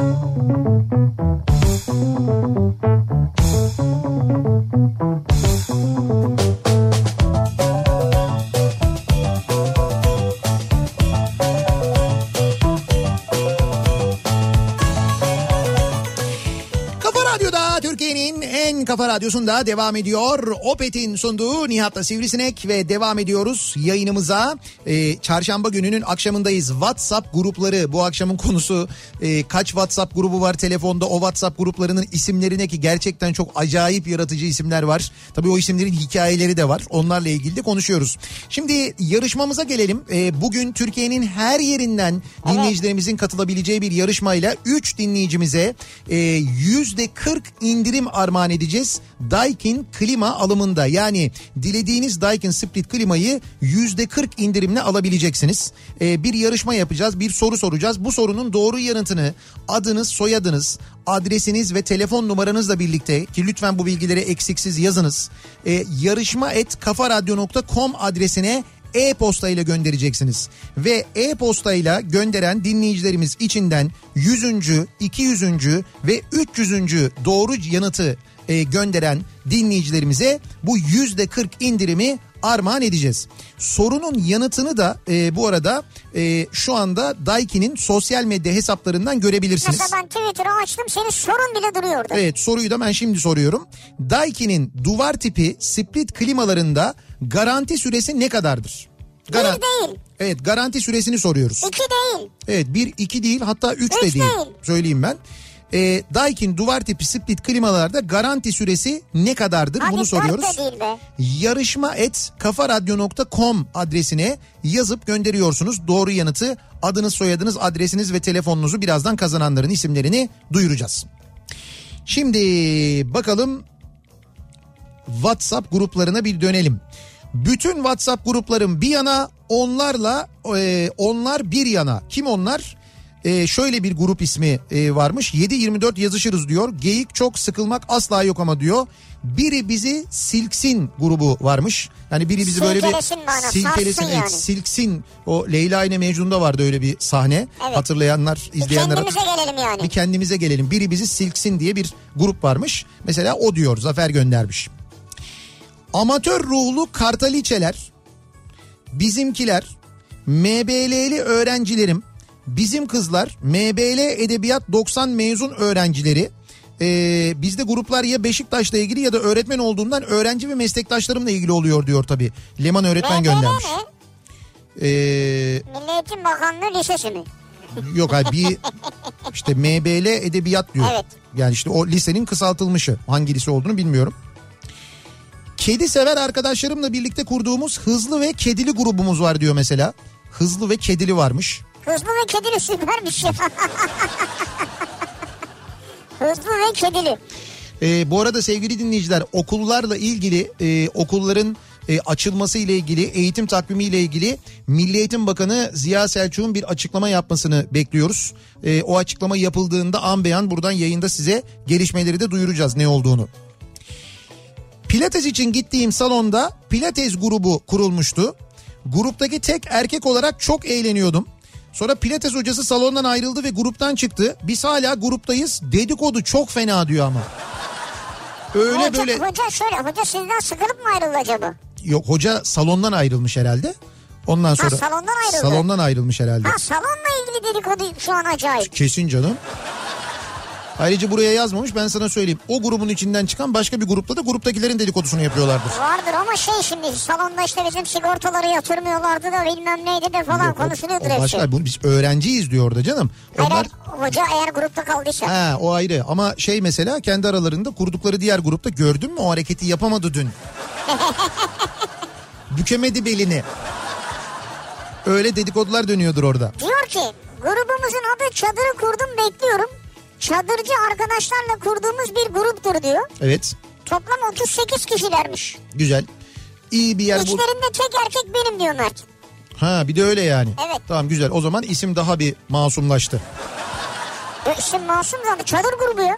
A: Kafa Radyosu'nda devam ediyor. Opet'in sunduğu Nihat'la Sivrisinek ve devam ediyoruz yayınımıza. Çarşamba gününün akşamındayız. WhatsApp grupları, bu akşamın konusu kaç WhatsApp grubu var telefonda, o WhatsApp gruplarının isimlerine, ki gerçekten çok acayip yaratıcı isimler var. Tabii o isimlerin hikayeleri de var. Onlarla ilgili de konuşuyoruz. Şimdi yarışmamıza gelelim. Bugün Türkiye'nin her yerinden dinleyicilerimizin katılabileceği bir yarışmayla 3 dinleyicimize %40 indirim armağan edeceğiz. Daikin klima alımında, yani dilediğiniz Daikin Split klimayı %40 indirimle alabileceksiniz. Bir yarışma yapacağız, bir soru soracağız. Bu sorunun doğru yanıtını adınız, soyadınız, adresiniz ve telefon numaranızla birlikte, ki lütfen bu bilgileri eksiksiz yazınız. yarışma@kafaradyo.com adresine e-posta ile göndereceksiniz. Ve e-posta ile gönderen dinleyicilerimiz içinden 100. 200. ve 300. doğru yanıtı gönderen dinleyicilerimize bu %40 indirimi armağan edeceğiz. Sorunun yanıtını da bu arada şu anda Daikin'in sosyal medya hesaplarından görebilirsiniz.
B: Mesela ben Twitter'ı açtım, senin sorun bile duruyordu.
A: Evet, soruyu da ben şimdi soruyorum. Daikin'in duvar tipi split klimalarında garanti süresi ne kadardır?
B: Bir değil.
A: Evet, garanti süresini soruyoruz.
B: 2 değil.
A: Evet, 1-2 değil, hatta 3 de değil. Söyleyeyim ben. Daikin duvar tipi split klimalarda garanti süresi ne kadardır?
B: Hadi
A: bunu soruyoruz.
B: Hadi 4 de değil be.
A: yarışma@kafaradyo.com adresine yazıp gönderiyorsunuz doğru yanıtı. Adınız, soyadınız, adresiniz ve telefonunuzu, birazdan kazananların isimlerini duyuracağız. Şimdi bakalım, WhatsApp gruplarına bir dönelim. Bütün WhatsApp gruplarım bir yana, onlar bir yana. Kim onlar? Şöyle bir grup ismi varmış. 7/24 yazışırız diyor. Geyik çok, sıkılmak asla yok ama diyor. Biri bizi silksin grubu varmış. Yani biri bizi böyle bir silkelesin,
B: yani.
A: Silksin. O Leyla ile Mecnun'da vardı öyle bir sahne. Evet. Hatırlayanlar, izleyenler.
B: Kendimize gelelim yani.
A: Bir kendimize gelelim. Biri bizi silksin diye bir grup varmış. Mesela o diyor, Zafer göndermiş. Amatör ruhlu kartaliçeler, bizimkiler, MBL'li öğrencilerim, bizim kızlar, MBL Edebiyat 90 mezun öğrencileri. Bizde gruplar ya Beşiktaş'la ilgili ya da öğretmen olduğumdan öğrenci ve meslektaşlarımla ilgili oluyor diyor tabii. Leman öğretmen
B: MBL
A: göndermiş.
B: Ne? Milli Eğitim Bakanlığı Lisesi mi?
A: Yok, hayır, bir işte MBL Edebiyat diyor.
B: Evet.
A: Yani işte o lisenin kısaltılmışı. Hangi lise olduğunu bilmiyorum. Kedi sever arkadaşlarımla birlikte kurduğumuz hızlı ve kedili grubumuz var diyor mesela. Hızlı ve kedili varmış.
B: Hızlı ve kedili süpermiş ya. Hızlı ve kedili.
A: Bu arada sevgili dinleyiciler, okullarla ilgili okulların açılması ile ilgili, eğitim takvimi ile ilgili Milli Eğitim Bakanı Ziya Selçuk'un bir açıklama yapmasını bekliyoruz. O açıklama yapıldığında an beyan buradan yayında size gelişmeleri de duyuracağız ne olduğunu. Pilates için gittiğim salonda Pilates grubu kurulmuştu. Gruptaki tek erkek olarak çok eğleniyordum. Sonra Pilates hocası salondan ayrıldı ve gruptan çıktı. Biz hala gruptayız. Dedikodu çok fena diyor ama. Öyle
B: hoca,
A: böyle.
B: Hoca sizden sıkılıp mı ayrıldı acaba?
A: Yok, hoca salondan ayrılmış herhalde. Ondan sonra.
B: Salondan ayrıldı.
A: Salondan ayrılmış herhalde.
B: Salonla ilgili dedikodu şu an acayip.
A: Kesin canım. Ayrıca buraya yazmamış, ben sana söyleyeyim. O grubun içinden çıkan başka bir grupta da gruptakilerin dedikodusunu yapıyorlardır.
B: Vardır ama şimdi salonda işte bizim sigortaları yatırmıyorlardı da bilmem neydi de falan konuşuluyordur hepsi.
A: Başka, biz öğrenciyiz diyor orada canım.
B: Hayır, hoca eğer grupta kaldıysa.
A: O ayrı ama mesela kendi aralarında kurdukları diğer grupta gördün mü o hareketi yapamadı dün. Bükemedi belini. Öyle dedikodular dönüyordur orada.
B: Diyor ki grubumuzun adı Çadırı Kurdum Bekliyorum. Çadırcı arkadaşlarla kurduğumuz bir gruptur diyor.
A: Evet.
B: Toplam 38 kişilermiş.
A: Güzel. İyi bir yer bu.
B: İçlerinde tek erkek benim diyor Mert.
A: Bir de öyle yani.
B: Evet.
A: Tamam, güzel. O zaman isim daha bir masumlaştı.
B: İsim masum zaten. Çadır grubu ya.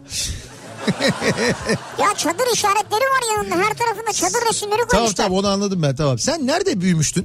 B: Ya çadır işaretleri var yanında. Her tarafında çadır resimleri koymuşlar.
A: Tamam onu anladım ben, tamam. Sen nerede büyümüştün?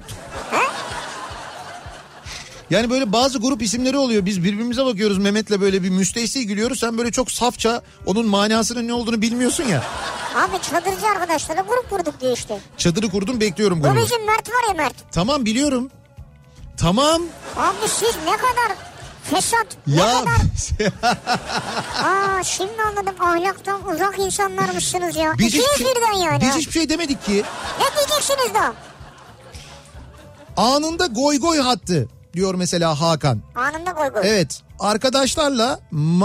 A: Yani böyle bazı grup isimleri oluyor. Biz birbirimize bakıyoruz Mehmet'le, böyle bir müstehsi gülüyoruz. Sen böyle çok safça onun manasının ne olduğunu bilmiyorsun ya.
B: Abi çadırcı arkadaşlarla grup kurduk diyor işte.
A: Çadırı kurdum bekliyorum grubu.
B: Bu bizim Mert var ya Mert.
A: Tamam, biliyorum. Tamam.
B: Abi siz ne kadar fesat.
A: Ya.
B: Ne kadar. Şimdi anladım, ahlaktan uzak insanlarmışsınız ya.
A: Biz hiçbir şey demedik ki.
B: Ne diyeceksiniz da?
A: Anında goy goy hattı diyor mesela Hakan.
B: Anında goy goy.
A: Evet, arkadaşlarla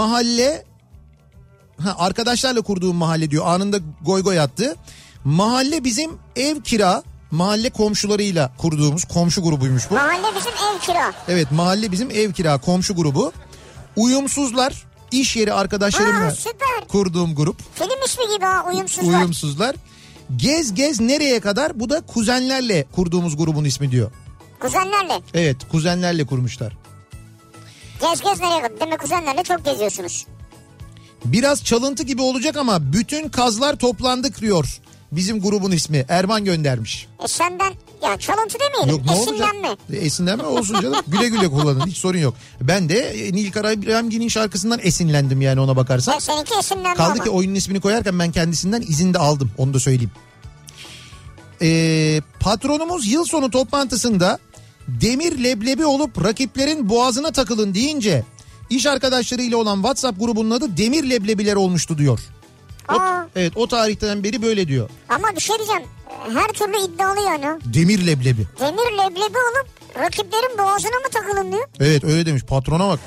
A: arkadaşlarla kurduğum mahalle diyor, anında goy goy attı. Mahalle bizim ev kira, mahalle komşularıyla kurduğumuz komşu grubuymuş bu.
B: Mahalle bizim ev kira.
A: Evet, mahalle bizim ev kira komşu grubu. Uyumsuzlar, iş yeri arkadaşlarımla kurduğum grup.
B: Film ismi gibi uyumsuzlar.
A: Uyumsuzlar. Gez nereye kadar, bu da kuzenlerle kurduğumuz grubun ismi diyor.
B: Kuzenlerle?
A: Evet, kuzenlerle kurmuşlar.
B: Gez nereye kadar? Demek kuzenlerle çok geziyorsunuz.
A: Biraz çalıntı gibi olacak ama bütün kazlar toplandık diyor. Bizim grubun ismi. Erman göndermiş.
B: Senden ya çalıntı demeyelim.
A: Yok, ne
B: esinlenme.
A: Olacak? Esinlenme olsun canım. Güle güle kullanın, hiç sorun yok. Ben de Nilkara İbrahimgil'in şarkısından esinlendim yani, ona bakarsan.
B: Seninki esinlenme.
A: Kaldı ki oyunun ismini koyarken ben kendisinden izin de aldım, onu da söyleyeyim. Patronumuz yıl sonu toplantısında demir leblebi olup rakiplerin boğazına takılın deyince iş arkadaşlarıyla olan WhatsApp grubunun adı Demir Leblebiler olmuştu diyor. Evet, o tarihten beri böyle diyor.
B: Ama bir şey diyeceğim, her türlü iddialı yani.
A: Demir leblebi.
B: Demir leblebi olup rakiplerin boğazına mı takılın diyor.
A: Evet, öyle demiş, patrona bak.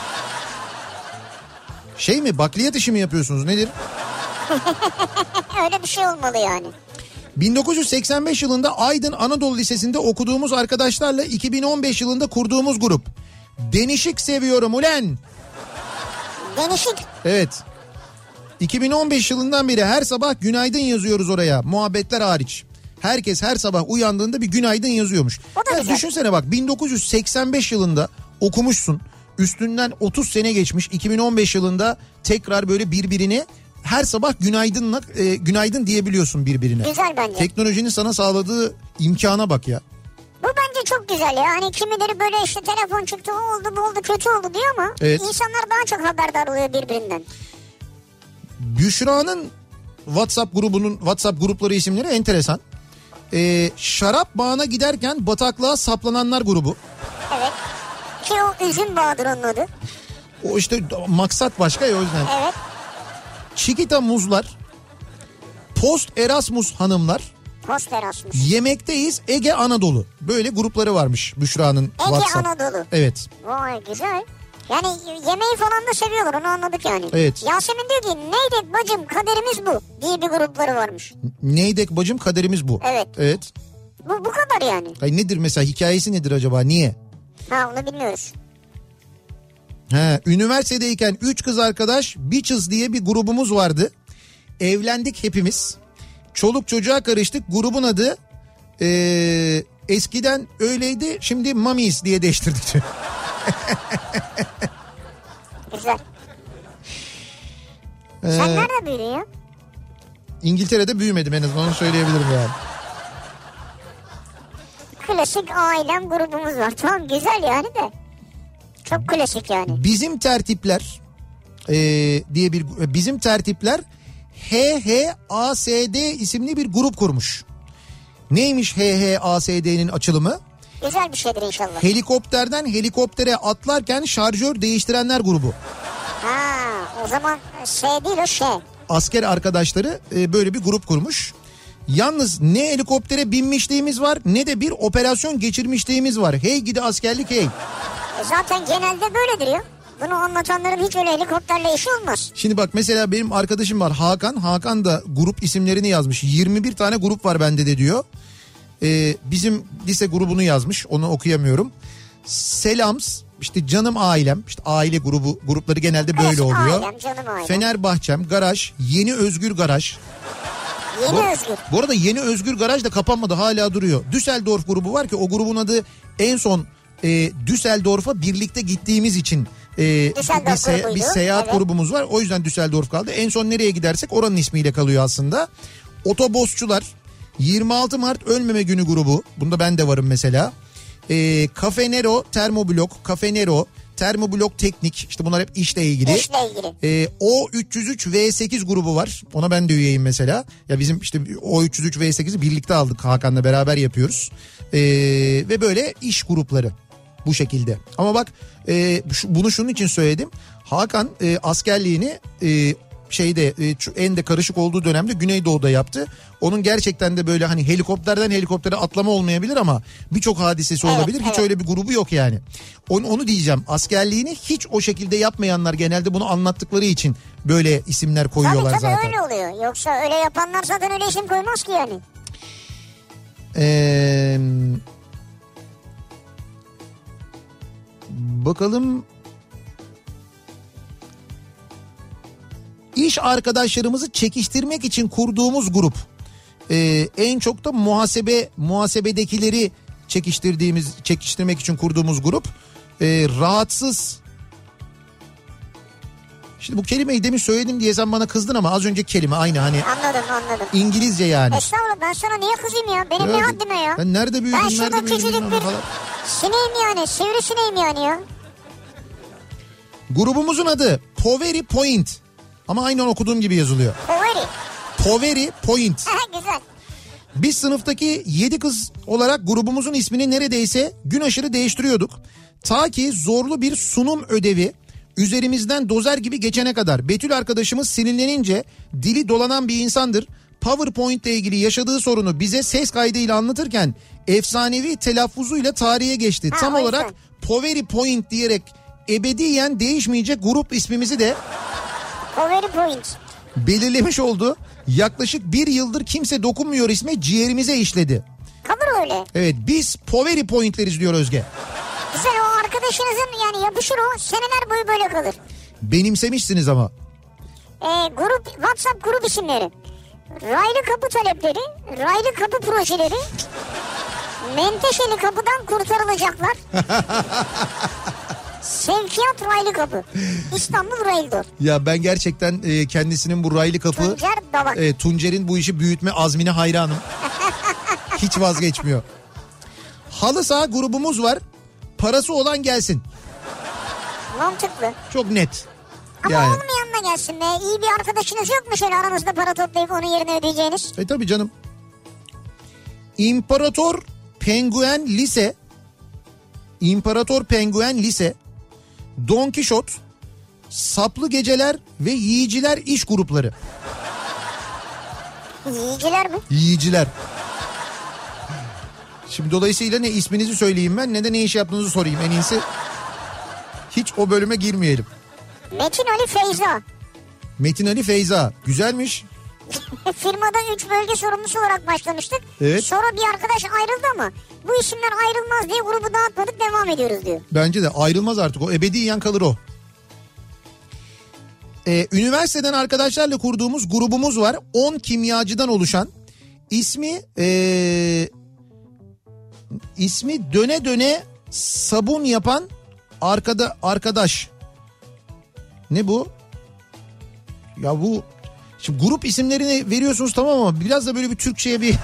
A: Bakliyat işi mi yapıyorsunuz, nedir?
B: Öyle bir şey olmalı yani.
A: 1985 yılında Aydın Anadolu Lisesi'nde okuduğumuz arkadaşlarla 2015 yılında kurduğumuz grup. Denişik seviyorum ulen.
B: Denişik?
A: Evet. 2015 yılından beri her sabah günaydın yazıyoruz oraya, muhabbetler hariç. Herkes her sabah uyandığında bir günaydın yazıyormuş. Düşünsene bak, 1985 yılında okumuşsun. Üstünden 30 sene geçmiş. 2015 yılında tekrar böyle birbirine her sabah günaydın diyebiliyorsun birbirine.
B: Güzel bence.
A: Teknolojinin sana sağladığı imkana bak ya.
B: Bu bence çok güzel ya. Hani kimileri böyle işte telefon çıktı, o oldu bu oldu kötü oldu diyor ama insanlar daha çok haberdar oluyor birbirinden.
A: Büşra'nın WhatsApp grupları isimleri enteresan. Şarap bağına giderken bataklığa saplananlar grubu.
B: Evet. Ki o üzüm bağıdır onun adı.
A: O işte maksat başka ya, o yüzden.
B: Evet.
A: Çikita muzlar. Post Erasmus hanımlar.
B: Post Erasmus.
A: Yemekteyiz Ege Anadolu. Böyle grupları varmış Büşra'nın WhatsApp.
B: Ege Anadolu.
A: Evet.
B: Vay güzel. Yani yemeği falan da seviyorlar, onu anladık yani.
A: Evet.
B: Yasemin diyor ki neydi bacım kaderimiz bu diye bir grupları varmış.
A: Neydi bacım kaderimiz bu.
B: Evet.
A: Evet.
B: Bu kadar yani.
A: Ay nedir mesela, hikayesi nedir acaba, niye?
B: Onu bilmiyoruz.
A: Üniversitedeyken 3 kız arkadaş Bitches diye bir grubumuz vardı. Evlendik hepimiz. Çoluk çocuğa karıştık. Grubun adı eskiden öyleydi, şimdi Mamis diye değiştirdik diyor.
B: Güzel. Sen nerede büyüdün ya?
A: İngiltere'de büyümedim, en azından onu söyleyebilirim yani.
B: Klasik ailem grubumuz var. Tamam, güzel yani de. Çok klasik yani.
A: Bizim tertipler diye bizim tertipler HHASD isimli bir grup kurmuş. Neymiş HHASD'nin açılımı?
B: Güzel bir şeydir inşallah.
A: Helikopterden helikoptere atlarken şarjör değiştirenler grubu.
B: Ha, o zaman S değil, o şey.
A: Asker arkadaşları böyle bir grup kurmuş. Yalnız ne helikoptere binmişliğimiz var ne de bir operasyon geçirmişliğimiz var. Hey gidi askerlik hey.
B: Zaten genelde böyledir ya. Bunu anlatanların hiç öyle helikopterle işi olmaz.
A: Şimdi bak mesela benim arkadaşım var Hakan. Hakan da grup isimlerini yazmış. 21 tane grup var bende de diyor. Bizim lise grubunu yazmış. Onu okuyamıyorum. Selams, işte canım ailem, işte aile grupları genelde böyle
B: evet,
A: oluyor.
B: Ailem, canım ailem.
A: Fenerbahçem, Garaj, Yeni Özgür Garaj.
B: Özgür.
A: Bu arada Yeni Özgür Garaj da kapanmadı, hala duruyor. Düsseldorf grubu var ki o grubun adı en son Düsseldorf'a birlikte gittiğimiz için bir seyahat grubumuz var. O yüzden Düsseldorf kaldı. En son nereye gidersek oranın ismiyle kalıyor aslında. Otobosçular, 26 Mart Ölmeme Günü grubu. Bunda ben de varım mesela. Cafe Nero Termoblok, Cafe Nero Termoblok Teknik, işte bunlar hep işle ilgili. O303 V8 grubu var. Ona ben de üyeyim mesela. Ya bizim işte O303 V8'i birlikte aldık, Hakan'la beraber yapıyoruz. Ve böyle iş grupları bu şekilde. Ama bak bunu şunun için söyledim. Hakan askerliğini en de karışık olduğu dönemde Güneydoğu'da yaptı. Onun gerçekten de böyle hani helikopterden helikoptere atlama olmayabilir ama birçok hadisesi olabilir. Hiç öyle bir grubu yok yani. Onu diyeceğim. Askerliğini hiç o şekilde yapmayanlar genelde bunu anlattıkları için böyle isimler koyuyorlar
B: tabii,
A: zaten.
B: Tabii öyle oluyor. Yoksa öyle yapanlar zaten öyle isim koymaz ki yani.
A: Bakalım. İş arkadaşlarımızı çekiştirmek için kurduğumuz grup. En çok da muhasebedekileri çekiştirmek için kurduğumuz grup. Rahatsız. Şimdi bu kelimeyi demin söyledim diye sen bana kızdın ama az önce kelime aynı hani.
B: Anladım.
A: İngilizce yani.
B: Estağfurullah, ben sana niye kızayım ya? Benim ne haddime ya?
A: Ben nerede büyüdüm?
B: Ben şurada küçücük bir sineğim yani. Sivrisineğim yani ya.
A: Grubumuzun adı Powery Point. Ama aynen okuduğum gibi yazılıyor. Powery Point.
B: Güzel.
A: Biz sınıftaki 7 kız olarak grubumuzun ismini neredeyse gün aşırı değiştiriyorduk. Ta ki zorlu bir sunum ödevi üzerimizden dozer gibi geçene kadar. Betül arkadaşımız sinirlenince dili dolanan bir insandır. PowerPoint ile ilgili yaşadığı sorunu bize ses kaydıyla anlatırken efsanevi telaffuzuyla tarihe geçti. Tam olarak Powery Point diyerek ebediyen değişmeyecek grup ismimizi de
B: Powery Point
A: belirlemiş oldu. Yaklaşık bir yıldır kimse dokunmuyor isme, ciğerimize işledi.
B: Kalır öyle.
A: Evet, biz Powery Point'leriz diyor Özge.
B: Güzel, o arkadaşınızın yani yapışır, o seneler boyu böyle kalır.
A: Benimsemişsiniz ama.
B: WhatsApp grup isimleri. Raylı kapı talepleri, raylı kapı projeleri, Menteşeli kapıdan kurtarılacaklar. Sevkiyat raylı kapı. İstanbul Raildor.
A: Ya ben gerçekten kendisinin bu raylı kapı,
B: Tuncer Dalak.
A: Tuncer'in bu işi büyütme azmine hayranım. Hiç vazgeçmiyor. Halı saha grubumuz var. Parası olan gelsin.
B: Mantıklı.
A: Çok net.
B: Ama olmayanla gelsin be. İyi bir arkadaşınız yok mu şöyle aranızda para toplayıp onun yerine ödeyeceğiniz?
A: Tabii canım. İmparator Penguen Lise, Don Kişot, Saplı Geceler ve Yiyiciler iş grupları.
B: Yiyiciler mi?
A: Yiyiciler. Şimdi dolayısıyla ne isminizi söyleyeyim ben ne de ne iş yaptığınızı sorayım, en iyisi. Hiç o bölüme girmeyelim. Metin Ali Feyza. Güzelmiş.
B: Firmada 3 bölge sorumlusu olarak başlamıştık.
A: Evet.
B: Sonra bir arkadaş ayrıldı ama bu isimler ayrılmaz diye grubu dağıtmadık, devam ediyoruz diyor.
A: Bence de ayrılmaz artık, o ebediyen kalır o. Üniversiteden arkadaşlarla kurduğumuz grubumuz var. 10 kimyacıdan oluşan. ismi döne döne sabun yapan arkadaş. Ne bu? Ya bu şimdi grup isimlerini veriyorsunuz tamam ama biraz da böyle bir Türkçe'ye bir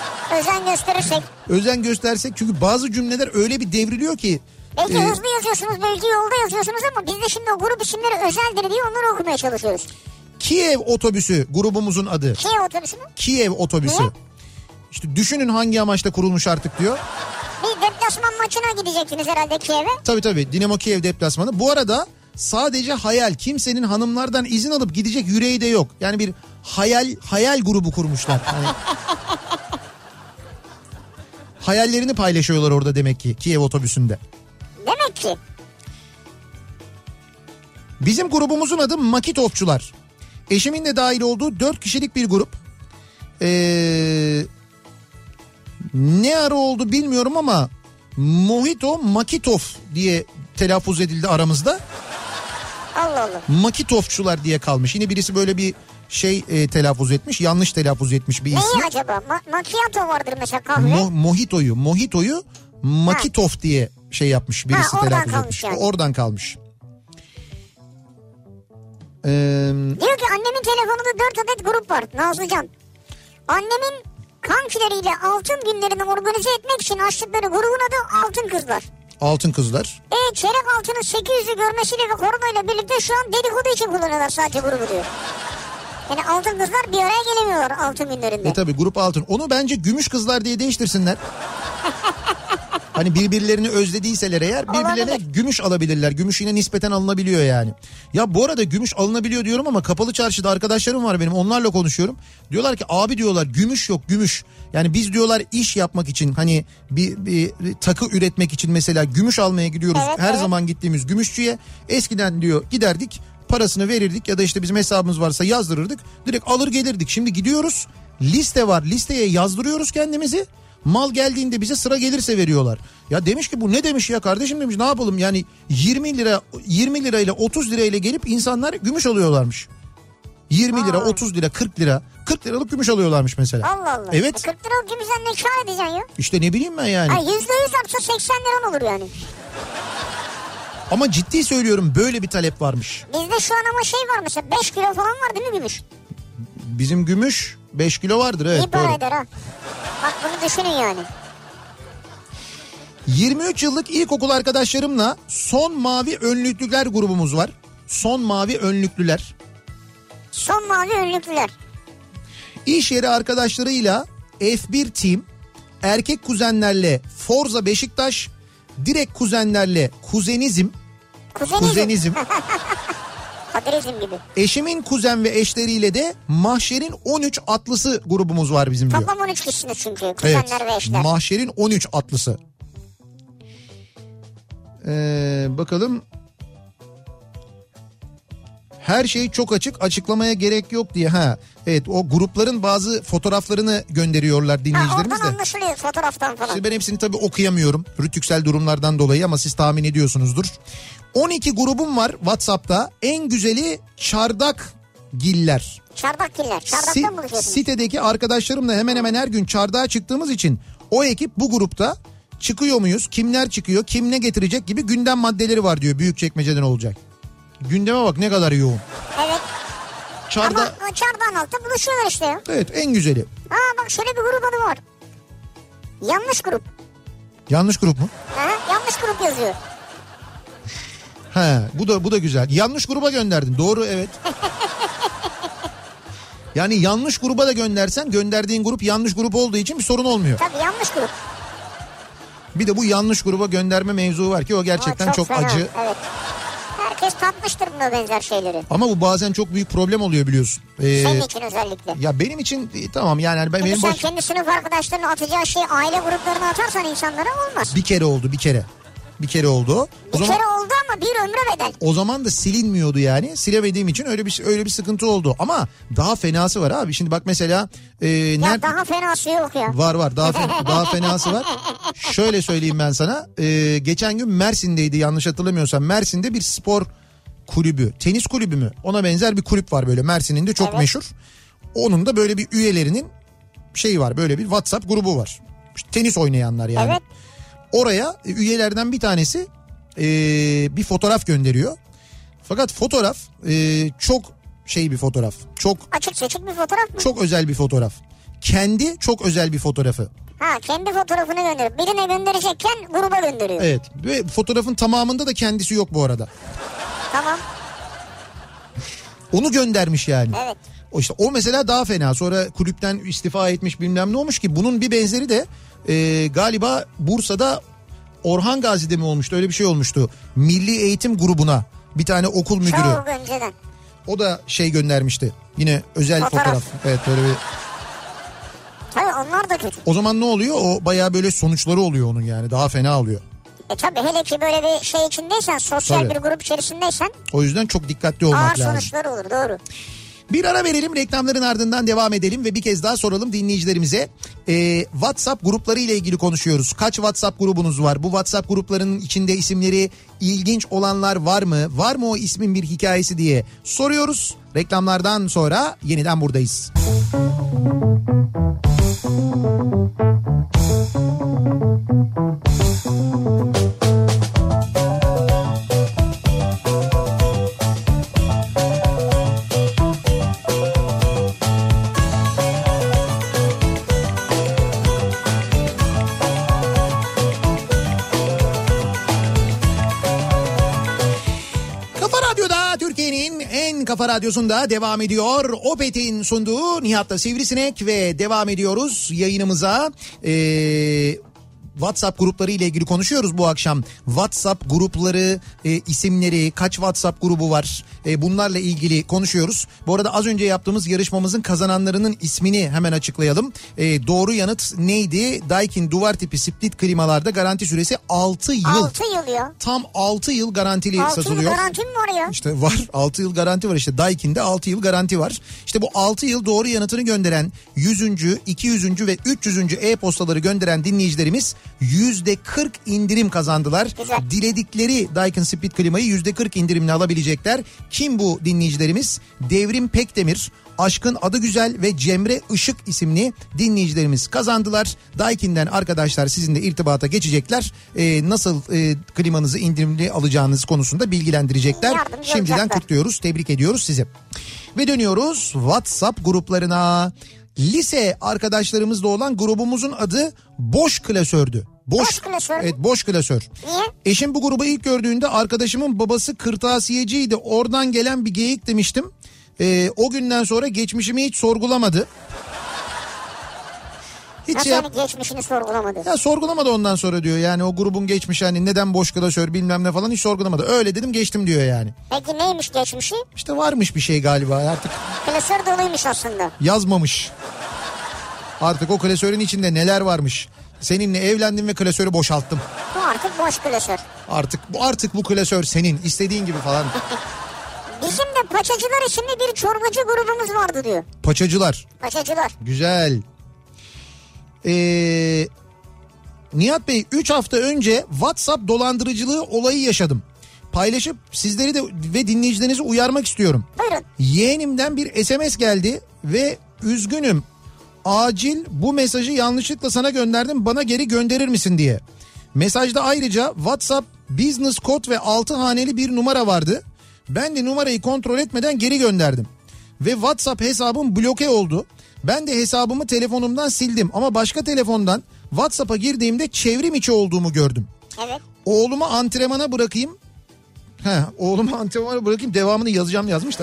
A: özen göstersek çünkü bazı cümleler öyle bir devriliyor ki.
B: Belki hızlı yazıyorsunuz, belki yolda yazıyorsunuz ama biz de şimdi o grup isimleri özeldir diye onları okumaya çalışıyoruz.
A: Kiev otobüsü grubumuzun adı.
B: Kiev otobüsü mü?
A: Kiev otobüsü.
B: Niye?
A: İşte düşünün hangi amaçla kurulmuş artık diyor.
B: Bir deplasman maçına gidecektiniz herhalde Kiev'e.
A: Tabii Dinamo Kiev deplasmanı. Bu arada sadece hayal, kimsenin hanımlardan izin alıp gidecek yüreği de yok. Yani bir hayal grubu kurmuşlar. Yani hayallerini paylaşıyorlar orada demek ki Kiev otobüsünde.
B: Demek ki.
A: Bizim grubumuzun adı Makitovçular. Eşimin de dahil olduğu 4 kişilik bir grup. Ne ara oldu bilmiyorum ama Mojito Makitov diye telaffuz edildi aramızda.
B: Allah Allah.
A: Makitovçular diye kalmış. Yine birisi böyle bir telaffuz etmiş. Yanlış telaffuz etmiş bir ismi.
B: Neyi acaba? Macchiato vardır mesela kahve.
A: Mojito'yu Makitov diye yapmış. Birisi telaffuz etmiş.
B: Yani.
A: Oradan kalmış.
B: Diyor ki annemin telefonunda 4 adet grup var. Nazlıcan. Annemin kankileriyle altın günlerini organize etmek için açtıkları grubun adı Altın Kızlar.
A: Altın Kızlar.
B: Çeyrek altının 800'ü görmesiyle ve koronayla birlikte şu an dedikodu için kullanıyorlar sadece grubu diyor. Yani Altın Kızlar bir araya gelemiyorlar altın günlerinde.
A: Tabii grup altın. Onu bence Gümüş Kızlar diye değiştirsinler. Hani birbirlerini özlediyseler eğer birbirlerine gümüş alabilirler. Gümüş yine nispeten alınabiliyor yani. Ya bu arada gümüş alınabiliyor diyorum ama kapalı çarşıda arkadaşlarım var benim, onlarla konuşuyorum. Diyorlar ki abi diyorlar gümüş yok gümüş. Yani biz diyorlar iş yapmak için hani bir takı üretmek için mesela gümüş almaya gidiyoruz.
B: Evet,
A: her zaman gittiğimiz gümüşçüye. Eskiden diyor giderdik, parasını verirdik ya da işte bizim hesabımız varsa yazdırırdık. Direkt alır gelirdik. Şimdi gidiyoruz, liste var, listeye yazdırıyoruz kendimizi. Mal geldiğinde bize sıra gelirse veriyorlar. Ya demiş ki bu ne demiş ya kardeşim demiş, ne yapalım yani 20 lirayla 30 lirayla gelip insanlar gümüş alıyorlarmış. 20 lira 30 lira 40 liralık gümüş alıyorlarmış mesela.
B: Allah Allah.
A: Evet.
B: 40 liralık gümüşten ne kâr edeceksin ya?
A: İşte ne bileyim ben yani.
B: %100 artsa 80 liran olur yani.
A: Ama ciddi söylüyorum böyle bir talep varmış.
B: Bizde şu an ama var mesela 5 kilo falan var değil mi gümüş?
A: Bizim gümüş 5 kilo vardır evet.
B: İyi para eder ha. Bak bunu düşünün yani.
A: 23 yıllık ilkokul arkadaşlarımla Son Mavi Önlüklüler grubumuz var. Son Mavi Önlüklüler.
B: Son Mavi Önlüklüler.
A: İş yeri arkadaşlarıyla F1 Team, erkek kuzenlerle Forza Beşiktaş, direkt kuzenlerle Kuzenizm.
B: Kaderizm gibi.
A: Eşimin kuzen ve eşleriyle de Mahşer'in 13 atlısı grubumuz var bizim diyor.
B: Toplam 13 kişisiniz çünkü kuzenler ve eşler.
A: Mahşer'in 13 atlısı. Bakalım. Her şey çok açık, açıklamaya gerek yok diye. Evet, o grupların bazı fotoğraflarını gönderiyorlar dinleyicilerimiz de.
B: Oradan anlaşılıyor fotoğraftan falan.
A: Şimdi ben hepsini tabii okuyamıyorum rütüksel durumlardan dolayı ama siz tahmin ediyorsunuzdur. 12 grubum var WhatsApp'ta. En güzeli Çardakgiller.
B: Çardakgiller. Çardak'tan buluşuyorsunuz.
A: Sitedeki arkadaşlarımla hemen hemen her gün çardağa çıktığımız için o ekip bu grupta. Çıkıyor muyuz? Kimler çıkıyor? Kim ne getirecek gibi gündem maddeleri var diyor. Büyükçekmece'den olacak. Gündeme bak ne kadar yoğun.
B: Evet. Ama o çardağın altında buluşuyorlar işte ya.
A: Evet, en güzeli.
B: Bak şöyle bir grup adı var. Yanlış grup.
A: Yanlış grup mu?
B: Yanlış grup yazıyor.
A: Bu da güzel. Yanlış gruba gönderdin. Doğru, evet. Yani yanlış gruba da göndersen gönderdiğin grup yanlış grup olduğu için bir sorun olmuyor.
B: Tabii yanlış grup.
A: Bir de bu yanlış gruba gönderme mevzu var ki o gerçekten çok acı.
B: Evet. Herkes tatmıştır buna benzer şeyleri.
A: Ama bu bazen çok büyük problem oluyor biliyorsun.
B: Senin için özellikle.
A: Ya benim için tamam yani.
B: Peki sen kendi sınıf arkadaşlarına atacağı aile gruplarına atarsan insanlara olmaz.
A: Bir kere oldu. Bir kere oldu.
B: Bir kere oldu ama bir ömre bedel.
A: O zaman da silinmiyordu yani. Silemediğim için öyle bir sıkıntı oldu. Ama daha fenası var abi. Şimdi bak mesela.
B: Daha fenası yok ya.
A: Var daha fenası var. Şöyle söyleyeyim ben sana. Geçen gün Mersin'deydi yanlış hatırlamıyorsam. Mersin'de bir spor kulübü, tenis kulübü mü? Ona benzer bir kulüp var böyle Mersin'in de çok meşhur. Onun da böyle bir üyelerinin şey var, böyle bir WhatsApp grubu var. İşte tenis oynayanlar yani.
B: Evet.
A: Oraya üyelerden bir tanesi bir fotoğraf gönderiyor. Fakat fotoğraf çok şey bir fotoğraf. Çok
B: açık seçik bir fotoğraf mı?
A: Çok özel bir fotoğraf. Kendi çok özel bir fotoğrafı.
B: Ha, kendi fotoğrafını gönderiyor. Birine gönderecekken gruba gönderiyor.
A: Evet, ve fotoğrafın tamamında da kendisi yok bu arada.
B: Tamam.
A: Onu göndermiş yani.
B: Evet.
A: O mesela daha fena. Sonra kulüpten istifa etmiş, bilmem ne olmuş ki. Bunun bir benzeri de galiba Bursa'da Orhan Gazi'de mi olmuştu? Öyle bir şey olmuştu. Milli Eğitim Grubu'na bir tane okul müdürü.
B: Çok önceden.
A: O da şey göndermişti. Yine özel fotoğraf. Evet, böyle bir.
B: Tabii onlar da kötü.
A: O zaman ne oluyor? O bayağı böyle sonuçları oluyor onun yani. Daha fena oluyor.
B: Tabii hele ki böyle bir şey içindeysen, sosyal
A: Tabii.
B: bir grup içerisindeysen.
A: O yüzden çok dikkatli olmak
B: ağır
A: lazım.
B: sonuçları olur, doğru.
A: Bir ara verelim, reklamların ardından devam edelim ve bir kez daha soralım dinleyicilerimize. WhatsApp grupları ile ilgili konuşuyoruz. Kaç WhatsApp grubunuz var? Bu WhatsApp gruplarının içinde isimleri ilginç olanlar var mı? Var mı o ismin bir hikayesi diye soruyoruz. Reklamlardan sonra yeniden buradayız. Kafa Radyosu'nda devam ediyor. Opet'in sunduğu Nihat'la Sivrisinek ve devam ediyoruz yayınımıza. WhatsApp grupları ile ilgili konuşuyoruz bu akşam. WhatsApp grupları isimleri, kaç WhatsApp grubu var, bunlarla ilgili konuşuyoruz. Bu arada az önce yaptığımız yarışmamızın kazananlarının ismini hemen açıklayalım. Doğru yanıt neydi? Daikin duvar tipi split klimalarda garanti süresi 6 yıl.
B: 6 yıl ya.
A: Tam 6 yıl garantili
B: 6
A: satılıyor.
B: 6 yıl garanti mi var ya?
A: İşte var, 6 yıl garanti var işte. Daikin'de 6 yıl garanti var. İşte bu 6 yıl doğru yanıtını gönderen 100. 200. ve 300. e-postaları gönderen dinleyicilerimiz %40 indirim kazandılar.
B: Güzel.
A: Diledikleri Daikin Split klimayı %40 indirimle alabilecekler. Kim bu dinleyicilerimiz? Devrim Pekdemir, Aşkın Adı Güzel ve Cemre Işık isimli dinleyicilerimiz kazandılar. Daikin'den arkadaşlar sizinle irtibata geçecekler. Nasıl klimanızı indirimli alacağınız konusunda bilgilendirecekler. Şimdiden kutluyoruz, tebrik ediyoruz sizi. Ve dönüyoruz WhatsApp gruplarına. Lise arkadaşlarımızla olan grubumuzun adı Boş Klasördü.
B: Boş klasör.
A: Evet, Boş Klasör.
B: Niye?
A: Eşim bu grubu ilk gördüğünde arkadaşımın babası kırtasiyeciydi. Oradan gelen bir geyik demiştim. O günden sonra geçmişimi hiç sorgulamadı. Hiç
B: nasıl yani geçmişini sorgulamadı?
A: Ya sorgulamadı ondan sonra diyor. Yani o grubun geçmişi, hani neden Boş Klasör bilmem ne falan hiç sorgulamadı. Öyle dedim, geçtim diyor yani.
B: Peki neymiş geçmişi?
A: İşte varmış bir şey galiba artık.
B: Klasör doluymuş aslında.
A: Yazmamış. Artık o klasörün içinde neler varmış. Seninle evlendim ve klasörü boşalttım.
B: Bu artık boş klasör.
A: Artık bu klasör senin, istediğin gibi falan.
B: Bizim de Paçacılar isimli bir çorbacı grubumuz vardı diyor.
A: Paçacılar.
B: Paçacılar.
A: Güzel. Nihat Bey, 3 hafta önce WhatsApp dolandırıcılığı olayı yaşadım. Paylaşıp sizleri de ve dinleyicilerinizi uyarmak istiyorum.
B: Buyurun.
A: Yeğenimden bir SMS geldi ve üzgünüm, acil bu mesajı yanlışlıkla sana gönderdim, bana geri gönderir misin diye. Mesajda ayrıca WhatsApp business kod ve 6 haneli bir numara vardı. Ben de numarayı kontrol etmeden geri gönderdim. Ve WhatsApp hesabım bloke oldu. Ben de hesabımı telefonumdan sildim ama başka telefondan WhatsApp'a girdiğimde çevrim içi olduğumu gördüm.
B: Evet.
A: Oğlumu antrenmana bırakayım. Devamını yazacağım yazmış da.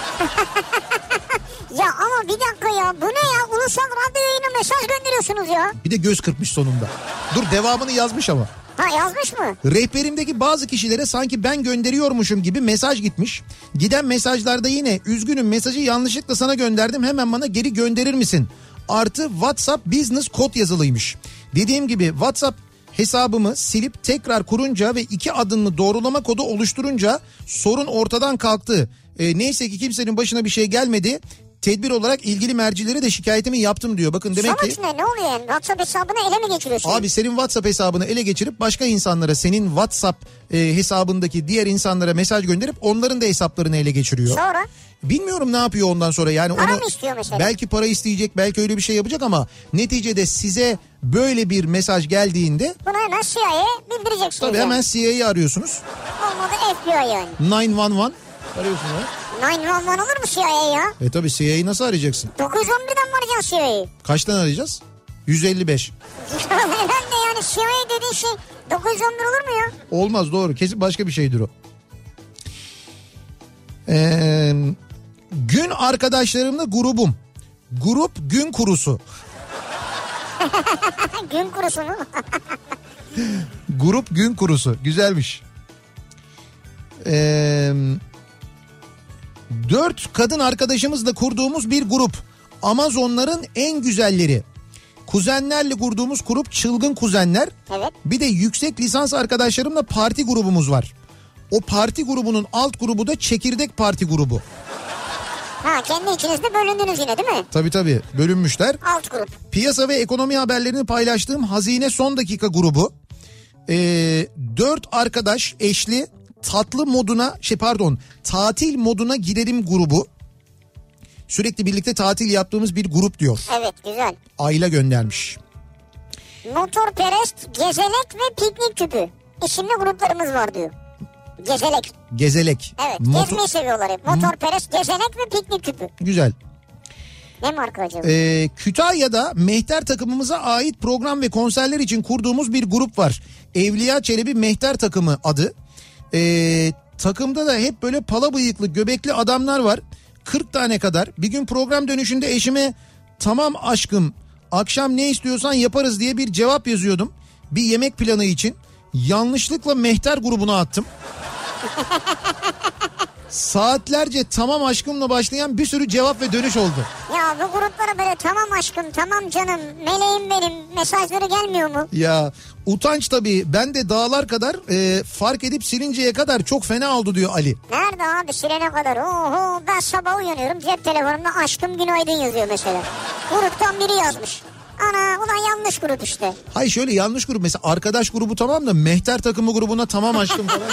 B: Ya ama bir dakika ya, bu ne ya? Ulusal radyo yayına mesaj gönderiyorsunuz ya.
A: Bir de göz kırpmış sonunda. Dur, devamını yazmış ama.
B: Ha, yazmış mı?
A: Rehberimdeki bazı kişilere sanki ben gönderiyormuşum gibi mesaj gitmiş. Giden mesajlarda yine üzgünüm, mesajı yanlışlıkla sana gönderdim, hemen bana geri gönderir misin? Artı WhatsApp business kod yazılıymış. Dediğim gibi WhatsApp hesabımı silip tekrar kurunca ve 2 adımlı doğrulama kodu oluşturunca sorun ortadan kalktı. Neyse ki kimsenin başına bir şey gelmedi. Tedbir olarak ilgili mercilere de şikayetimi yaptım diyor. Bakın demek
B: sonuç
A: ki...
B: ne oluyor yani? WhatsApp hesabını ele mi geçiriyorsun?
A: Abi senin WhatsApp hesabını ele geçirip başka insanlara, senin WhatsApp hesabındaki diğer insanlara mesaj gönderip onların da hesaplarını ele geçiriyor.
B: Sonra?
A: bilmiyorum ne yapıyor ondan sonra yani.
B: Para
A: onu
B: mı istiyor mesela?
A: Belki para isteyecek, belki öyle bir şey yapacak ama neticede size böyle bir mesaj geldiğinde
B: bunu hemen CIA'ye bildireceksiniz.
A: tabii
B: yani.
A: hemen CIA'yı arıyorsunuz.
B: Olmadı FBI yani.
A: 911 arıyorsunuz.
B: 911 olur mu CIA ya?
A: Tabii CIA'yı nasıl arayacaksın?
B: 911'den mi arayacaksın CIA'yı?
A: Kaçtan arayacağız? 155.
B: Herhalde yani CIA dediğin şey 911 olur mu ya?
A: Olmaz, doğru, kesin başka bir şeydir o. Gün arkadaşlarımla grubum. Grup gün kurusu.
B: Gün kurusu mu?
A: Grup gün kurusu. Güzelmiş. 4 kadın arkadaşımızla kurduğumuz bir grup. Amazonların en güzelleri. Kuzenlerle kurduğumuz grup Çılgın Kuzenler.
B: Evet.
A: Bir de yüksek lisans arkadaşlarımla parti grubumuz var. O parti grubunun alt grubu da Çekirdek Parti grubu.
B: Ha, kendi içinizde bölündünüz yine değil mi?
A: Tabii bölünmüşler.
B: Alt grup.
A: Piyasa ve ekonomi haberlerini paylaştığım Hazine Son Dakika grubu. 4 arkadaş eşli tatil moduna girelim grubu. Sürekli birlikte tatil yaptığımız bir grup diyor.
B: Evet, güzel.
A: Ayla göndermiş.
B: Motorperest, Gezelek ve Piknik Tüpü isimli gruplarımız var diyor. Gezelek.
A: Gezelek.
B: Evet, gezmeyi seviyorlar hep. Motorperest, Gezelek ve Piknik Tüpü.
A: Güzel.
B: Ne marka acaba?
A: Kütahya'da Mehter takımımıza ait program ve konserler için kurduğumuz bir grup var. Evliya Çelebi Mehter takımı adı. Takımda da hep böyle pala bıyıklı göbekli adamlar var. 40 tane kadar. Bir gün program dönüşünde eşime tamam aşkım akşam ne istiyorsan yaparız diye bir cevap yazıyordum. Bir yemek planı için. Yanlışlıkla Mehter grubuna attım. Saatlerce tamam aşkımla başlayan bir sürü cevap ve dönüş oldu.
B: Ya bu gruplara böyle tamam aşkım, tamam canım, meleğim benim mesajları gelmiyor mu?
A: Ya utanç tabii. Ben de dağlar kadar fark edip silinceye kadar çok fena oldu diyor Ali.
B: Nerede abi silene kadar? Oho, ben sabah uyanıyorum cep telefonumda aşkım günaydın yazıyor mesela. Gruptan biri yazmış. Ana ulan yanlış grup işte.
A: Hayır şöyle yanlış grup, mesela arkadaş grubu tamam da Mehter takımı grubuna tamam aşkım falan.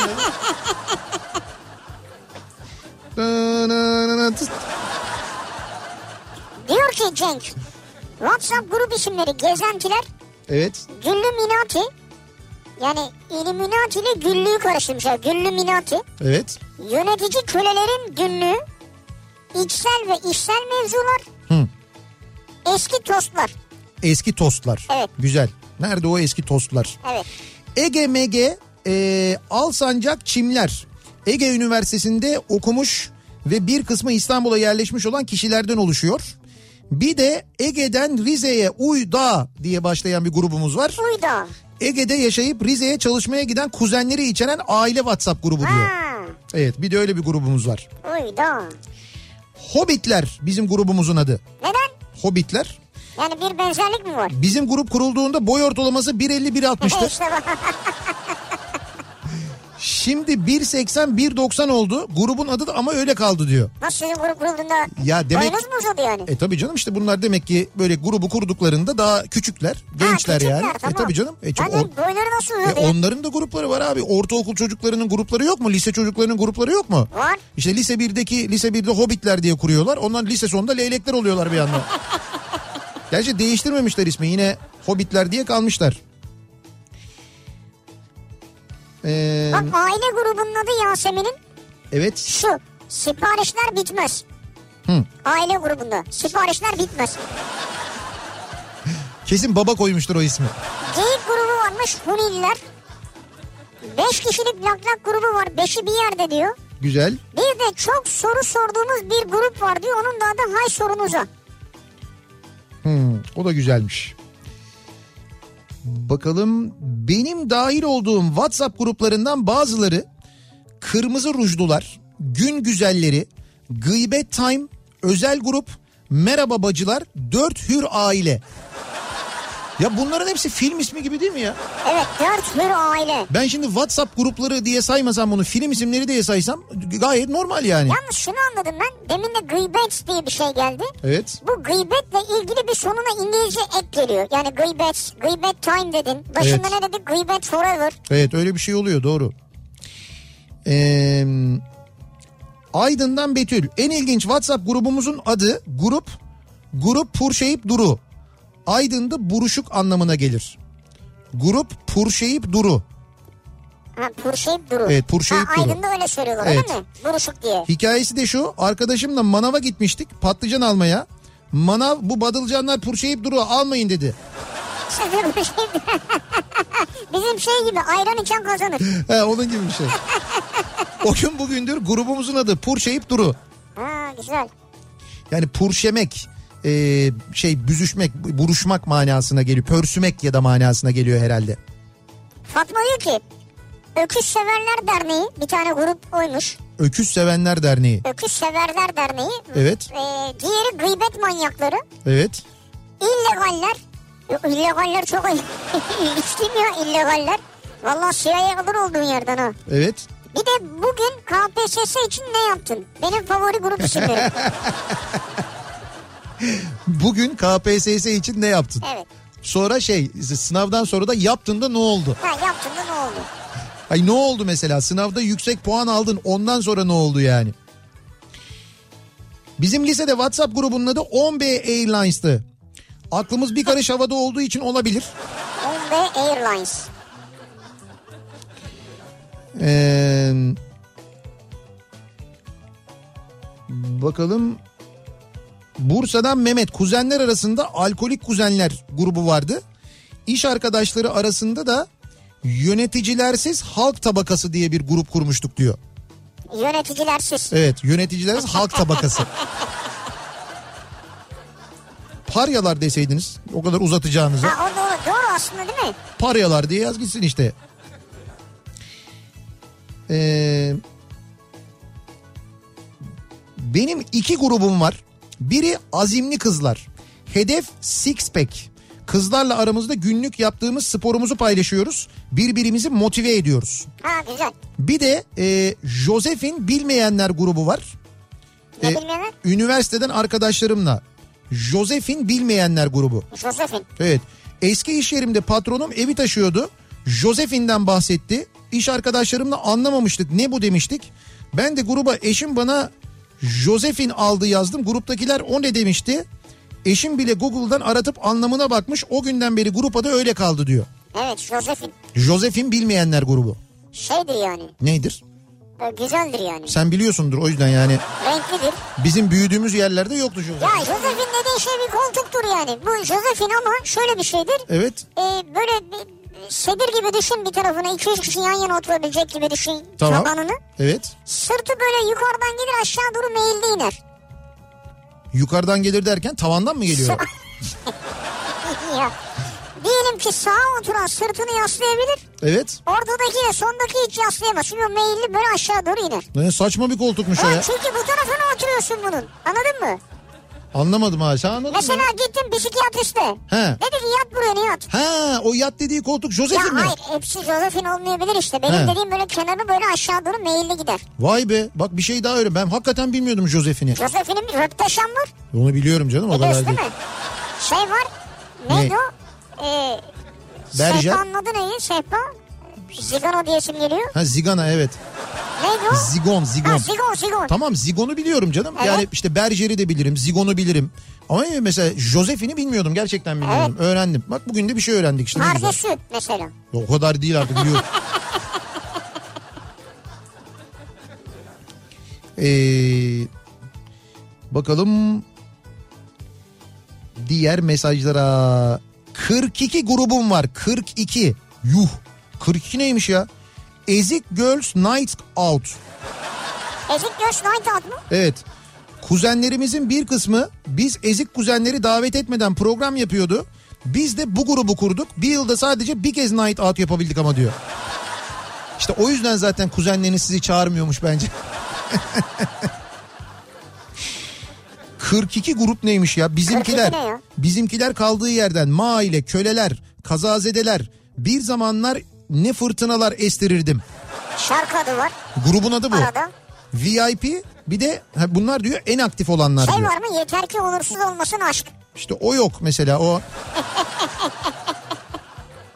B: Diyor ki Cenk, WhatsApp grup isimleri Gezentiler,
A: Evet.
B: Güllüminati, yani Illuminati ile Güllü'yü karıştırmışlar. Güllüminati.
A: Evet.
B: Yönetici kölelerin günlüğü, içsel ve işsel mevzular, eski tostlar.
A: Eski tostlar.
B: Evet.
A: Güzel. Nerede o eski tostlar?
B: Evet.
A: Ege MG Alsancak Çimler. Ege Üniversitesi'nde okumuş ve bir kısmı İstanbul'a yerleşmiş olan kişilerden oluşuyor. Bir de Ege'den Rize'ye Uyda diye başlayan bir grubumuz var.
B: Uyda.
A: Ege'de yaşayıp Rize'ye çalışmaya giden kuzenleri içeren aile WhatsApp grubu diyor.
B: Ha.
A: Evet, bir de öyle bir grubumuz var.
B: Uyda.
A: Hobbitler bizim grubumuzun adı.
B: Neden?
A: Hobbitler.
B: Yani bir benzerlik mi var?
A: Bizim grup kurulduğunda boy ortalaması 1.50-1.60'tı.
B: İşte bak.
A: Şimdi 1.80-1.90 oldu. Grubun adı da ama öyle kaldı diyor.
B: Nasıl sizin grup kurulduğunda
A: Ya demek...
B: boyunuz mu uzadı yani?
A: Tabii canım, işte bunlar demek ki böyle grubu kurduklarında daha küçükler, gençler
B: küçükler,
A: yani.
B: tamam.
A: Tabii canım.
B: Boyları nasıl uzadı?
A: Onların da grupları var abi. Ortaokul çocuklarının grupları yok mu? Lise çocuklarının grupları yok mu?
B: Var.
A: İşte lise 1'de Hobbitler diye kuruyorlar. Onlar lise sonunda leylekler oluyorlar bir anda. Gerçi değiştirmemişler ismi. Yine Hobbitler diye kalmışlar.
B: Bak aile grubunun adı Yasemin'in.
A: Evet.
B: Şu, siparişler bitmez. Aile grubunda siparişler bitmez.
A: Kesin baba koymuştur o ismi.
B: Geyik grubu varmış, Hunililer. 5 kişilik laklak grubu var, 5'i bir yerde diyor.
A: Güzel.
B: Bir de çok soru sorduğumuz bir grup var diyor, onun da adı Hay Sorunuza.
A: O da güzelmiş. Bakalım, benim dahil olduğum WhatsApp gruplarından bazıları Kırmızı Rujlular, Gün Güzelleri, Gıybet Time, Özel Grup, Merhaba Bacılar, 4 Hür Aile. Ya bunların hepsi film ismi gibi değil mi ya?
B: Evet, 4 Hür Aile.
A: Ben şimdi WhatsApp grupları diye saymasam bunu, film isimleri diye saysam gayet normal yani.
B: Yalnız şunu anladım ben. Demin de gıybet diye bir şey geldi.
A: Evet.
B: Bu gıybetle ilgili bir sonuna İngilizce ek geliyor. Yani gıybet time dedin. Başında
A: Evet.
B: ne dedik? Gıybet forever.
A: Evet, öyle bir şey oluyor, doğru. Aydın'dan Betül. En ilginç WhatsApp grubumuzun adı Grup Purşeyip Duru. Aydın'da buruşuk anlamına gelir. Grup Purşeyip Duru.
B: Ha, Purşeyip Duru.
A: Evet, Purşeyip Duru.
B: Aydın'da öyle söylüyorlar,
A: evet.
B: Değil mi? Buruşuk diye.
A: Hikayesi de şu: arkadaşımla manava gitmiştik patlıcan almaya. Manav bu badılcanlar Purşeyip Duru almayın dedi.
B: Bizim şey gibi, ayran içen kazanır.
A: He, onun gibi bir şey. O gün bugündür grubumuzun adı Purşeyip Duru.
B: Ha, güzel.
A: Yani purşemek, büzüşmek, buruşmak manasına geliyor. Pörsümek ya da manasına geliyor herhalde.
B: Fatma diyor ki Öküz Severler Derneği bir tane grup oymuş.
A: Öküz Sevenler Derneği.
B: Öküz Severler Derneği.
A: Evet.
B: Diğeri gıybet manyakları.
A: Evet.
B: İllegaller. Yok, illegaller çok ilginç değil mi ya, illegaller? Vallahi CIA alır olduğun yerden ha.
A: Evet.
B: Bir de bugün KPSS için ne yaptın? Benim favori grup isimlerim.
A: Bugün KPSS için ne yaptın?
B: Evet.
A: Sonra sınavdan sonra da yaptın da ne oldu?
B: Ha, yaptın da ne oldu?
A: Ay ne oldu mesela? Sınavda yüksek puan aldın, ondan sonra ne oldu yani? Bizim lisede WhatsApp grubunun adı 10B Airlines'tı. Aklımız bir karış havada olduğu için olabilir.
B: 10B Airlines.
A: Bakalım. Bursa'dan Mehmet. Kuzenler arasında alkolik kuzenler grubu vardı. İş arkadaşları arasında da yöneticilersiz halk tabakası diye bir grup kurmuştuk diyor.
B: Yöneticilersiz.
A: Evet, yöneticilersiz halk tabakası. Paryalar deseydiniz o kadar uzatacağınıza.
B: Ha, o doğru aslında değil mi?
A: Paryalar diye yaz gitsin işte. Benim 2 grubum var. Biri azimli kızlar. Hedef six pack. Kızlarla aramızda günlük yaptığımız sporumuzu paylaşıyoruz. Birbirimizi motive ediyoruz.
B: Ha, güzel.
A: Bir de Josephine bilmeyenler grubu var.
B: Ne bilmeyenler?
A: Üniversiteden arkadaşlarımla. Josephine bilmeyenler grubu.
B: Josephine.
A: Evet. Eski iş yerimde patronum evi taşıyordu. Josephine'den bahsetti. İş arkadaşlarımla anlamamıştık. Ne bu demiştik. Ben de gruba eşim bana Josephine aldı yazdım. Gruptakiler o ne demişti. Eşim bile Google'dan aratıp anlamına bakmış. O günden beri grup adı öyle kaldı diyor.
B: Evet, Josephine.
A: Josephine bilmeyenler grubu.
B: Şeydir yani.
A: Neydir?
B: Güzeldir yani.
A: Sen biliyorsundur o yüzden yani.
B: Renklidir.
A: Bizim büyüdüğümüz yerlerde yoktu Josephine.
B: Ya Josephine dediğin şey bir koltuktur yani. Bu Josephine ama şöyle bir şeydir.
A: Evet.
B: Böyle sedir gibi düşün, bir tarafına 2-3 kişi yan yana oturabilecek gibi düşün,
A: tamam.
B: Tabanını.
A: Evet.
B: Sırtı böyle yukarıdan gelir, aşağı doğru meyilli iner.
A: Yukarıdan gelir derken tavandan mı geliyor?
B: Ya. Diyelim ki sağa oturan sırtını yaslayabilir.
A: Evet.
B: Ortadaki de sondaki hiç yaslayamaz. Çünkü o meyilli böyle aşağı doğru iner.
A: Ne saçma bir koltukmuş o ya.
B: Çünkü bu tarafına oturuyorsun bunun. Anladın mı?
A: Anlamadım ha. Sen anladın
B: Mesela
A: mı?
B: gittim psikiyatriste.
A: He.
B: Dedi ki yat buraya, ne yat?
A: Ha, o yat dediği koltuk Josephine
B: Ya
A: mi?
B: hayır, hepsi Josephine olmayabilir işte. Benim dediğim böyle kenarı böyle aşağı doğru meyilli gider.
A: Vay be, bak bir şey daha öyle. Ben hakikaten bilmiyordum Josephine'i.
B: Josephine'in bir röpteşen var.
A: Onu biliyorum canım, o kadar
B: Biliyorsun
A: değil.
B: değil mi? Şey var. Neydi o?
A: Berjer.
B: Sehpa'nın adı neydi? Sehpa? Zigano diye isim geliyor.
A: Ha, Zigana, evet.
B: Neydi o?
A: Zigon.
B: Ha, Zigon.
A: Tamam, Zigon'u biliyorum canım.
B: Evet.
A: Yani işte Berjer'i de bilirim, Zigon'u bilirim. Ama mesela Josephine'i bilmiyordum, gerçekten bilmiyordum. Evet. Öğrendim. Bak bugün de bir şey öğrendik işte.
B: Pardesü mesela.
A: O kadar değil artık, biliyorum. Bakalım diğer mesajlara. 42 grubum var. 42. Yuh. 42 neymiş ya? Ezik Girls Night Out.
B: Ezik Girls Night Out mu?
A: Evet. Kuzenlerimizin bir kısmı biz ezik kuzenleri davet etmeden program yapıyordu. Biz de bu grubu kurduk. Bir yılda sadece bir kez Night Out yapabildik ama diyor. İşte o yüzden zaten kuzenleriniz sizi çağırmıyormuş bence. 42 grup neymiş ya? Bizimkiler.
B: Ne ya?
A: Bizimkiler kaldığı yerden maile, köleler, kazazedeler. Bir zamanlar ne fırtınalar estirirdim.
B: Şarkı adı var.
A: Grubun adı bu.
B: Arada.
A: VIP, bir de bunlar diyor en aktif olanlar
B: Şey
A: diyor.
B: var mı? Yeter ki olursuz olmasın aşk.
A: İşte o yok mesela, o.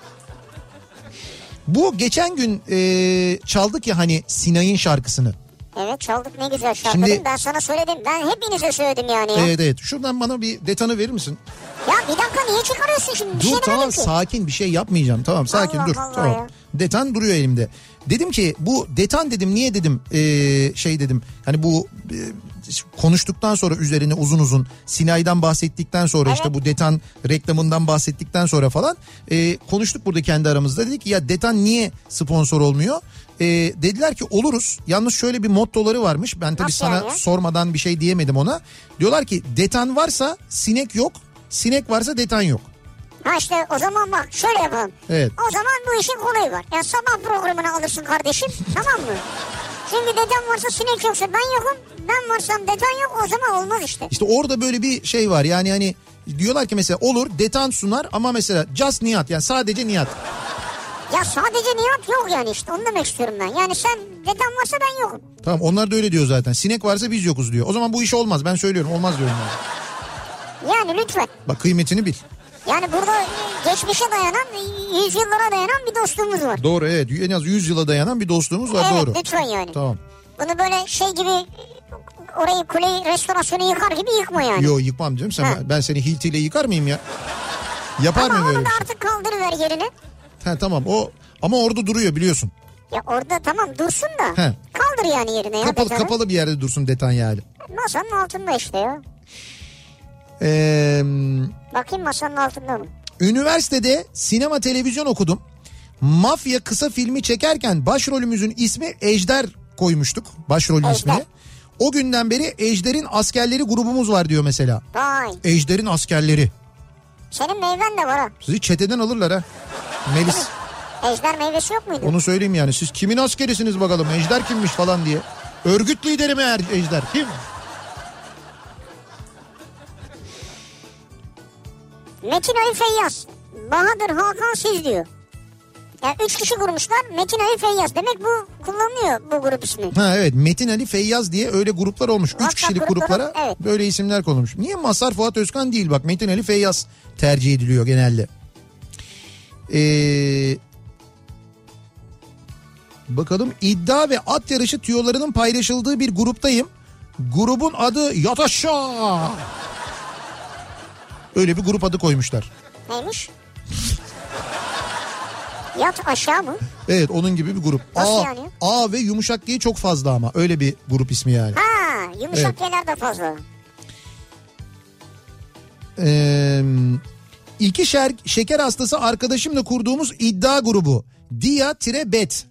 A: Bu geçen gün çaldık ya hani Sinay'ın şarkısını.
B: Evet çaldık, ne güzel şarkı.
A: Şimdi-
B: Ben sana söyledim. Ben hepinize söyledim yani ya.
A: Evet. Şuradan bana bir detanı verir misin?
B: Ya bir dakika, niye çıkarıyorsun şimdi? Bir
A: Dur
B: şey
A: tamam,
B: demedim ki.
A: sakin, bir şey yapmayacağım. Tamam sakin
B: Allah
A: dur.
B: Allah
A: Tamam.
B: ya.
A: Detan duruyor elimde. Dedim ki bu detan dedim, niye dedim şey dedim. Hani bu konuştuktan sonra üzerine uzun uzun Sinay'dan bahsettikten sonra
B: Evet.
A: işte bu detan reklamından bahsettikten sonra falan konuştuk burada kendi aramızda. Dedik ki ya detan niye sponsor olmuyor? Dediler ki oluruz. Yalnız şöyle bir mottoları varmış. Ben tabii
B: Nasıl
A: sana
B: yani?
A: sormadan bir şey diyemedim ona. Diyorlar ki detan varsa sinek yok. Sinek varsa detan yok.
B: Ha işte o zaman bak şöyle yapalım.
A: Evet.
B: O zaman bu işin kolayı var. Ya sabah programını alırsın kardeşim, tamam mı? Çünkü deden varsa sinek yoksa ben yokum. Ben varsam deden yok, o zaman olmaz işte.
A: İşte orada böyle bir şey var. Yani hani diyorlar ki mesela olur detan sunar ama mesela just Nihat, yani sadece Nihat.
B: Ya sadece Nihat yok yani, işte onu demek istiyorum ben. Yani sen deden varsa ben yokum.
A: Tamam, onlar da öyle diyor zaten. Sinek varsa biz yokuz diyor. O zaman bu iş olmaz. Ben söylüyorum, olmaz diyorum yani.
B: Yani lütfen.
A: Bak kıymetini bil.
B: Yani burada geçmişe dayanan, yüzyıllara dayanan bir dostluğumuz var.
A: Doğru, evet, en az 100 yıla dayanan bir dostluğumuz var,
B: Evet,
A: doğru.
B: lütfen yani.
A: Tamam.
B: Bunu böyle şey gibi, orayı, kuleyi, restorasyonu yıkar gibi yıkma yani.
A: Yo, yıkmam canım.
B: Ha.
A: Ben seni Hilti ile yıkar mıyım ya? Yapar
B: Ama
A: mıyım öyle
B: onu
A: bir
B: da
A: şey?
B: artık kaldırıver yerine.
A: Ha, tamam, o ama orada duruyor biliyorsun.
B: Ya orada tamam dursun da
A: He.
B: kaldır yani yerine ya. betanı.
A: Kapalı bir yerde dursun detan yani.
B: Masanın altında işte ya. Bakayım masanın altında mı?
A: Üniversitede sinema televizyon okudum. Mafya kısa filmi çekerken başrolümüzün ismi Ejder koymuştuk. Başrolün
B: Ejder.
A: ismini. O günden beri Ejder'in askerleri grubumuz var diyor mesela.
B: Vay.
A: Ejder'in askerleri.
B: Senin meyven de var ha.
A: Sizi çeteden alırlar ha. Melis.
B: Ejder meyvesi yok muydu?
A: Onu söyleyeyim yani. Siz kimin askerisiniz bakalım? Ejder kimmiş falan diye. Örgüt lideri mi Ejder? Kim?
B: Metin Ali Feyyaz. Bahadır Hakan Siz diyor. Ya 3 kişi kurmuşlar. Metin Ali Feyyaz. Demek bu kullanılıyor, bu grup ismi.
A: Ha evet, Metin Ali Feyyaz diye öyle gruplar olmuş. 3
B: WhatsApp
A: kişilik
B: grupları,
A: gruplara
B: evet.
A: böyle isimler konulmuş. Niye Mazhar Fuat Özkan değil, bak Metin Ali Feyyaz tercih ediliyor genelde. Bakalım, iddia ve at yarışı tüyolarının paylaşıldığı bir gruptayım. Grubun adı Yat Aşağı. Öyle bir grup adı koymuşlar.
B: Neymiş? Yat aşağı mı?
A: Evet, onun gibi bir grup.
B: Nasıl yani?
A: A ve yumuşak G çok fazla ama öyle bir grup ismi yani.
B: Ha, yumuşak G'ler de fazla.
A: İki şeker hastası arkadaşımla kurduğumuz iddia grubu. Dia-Bet.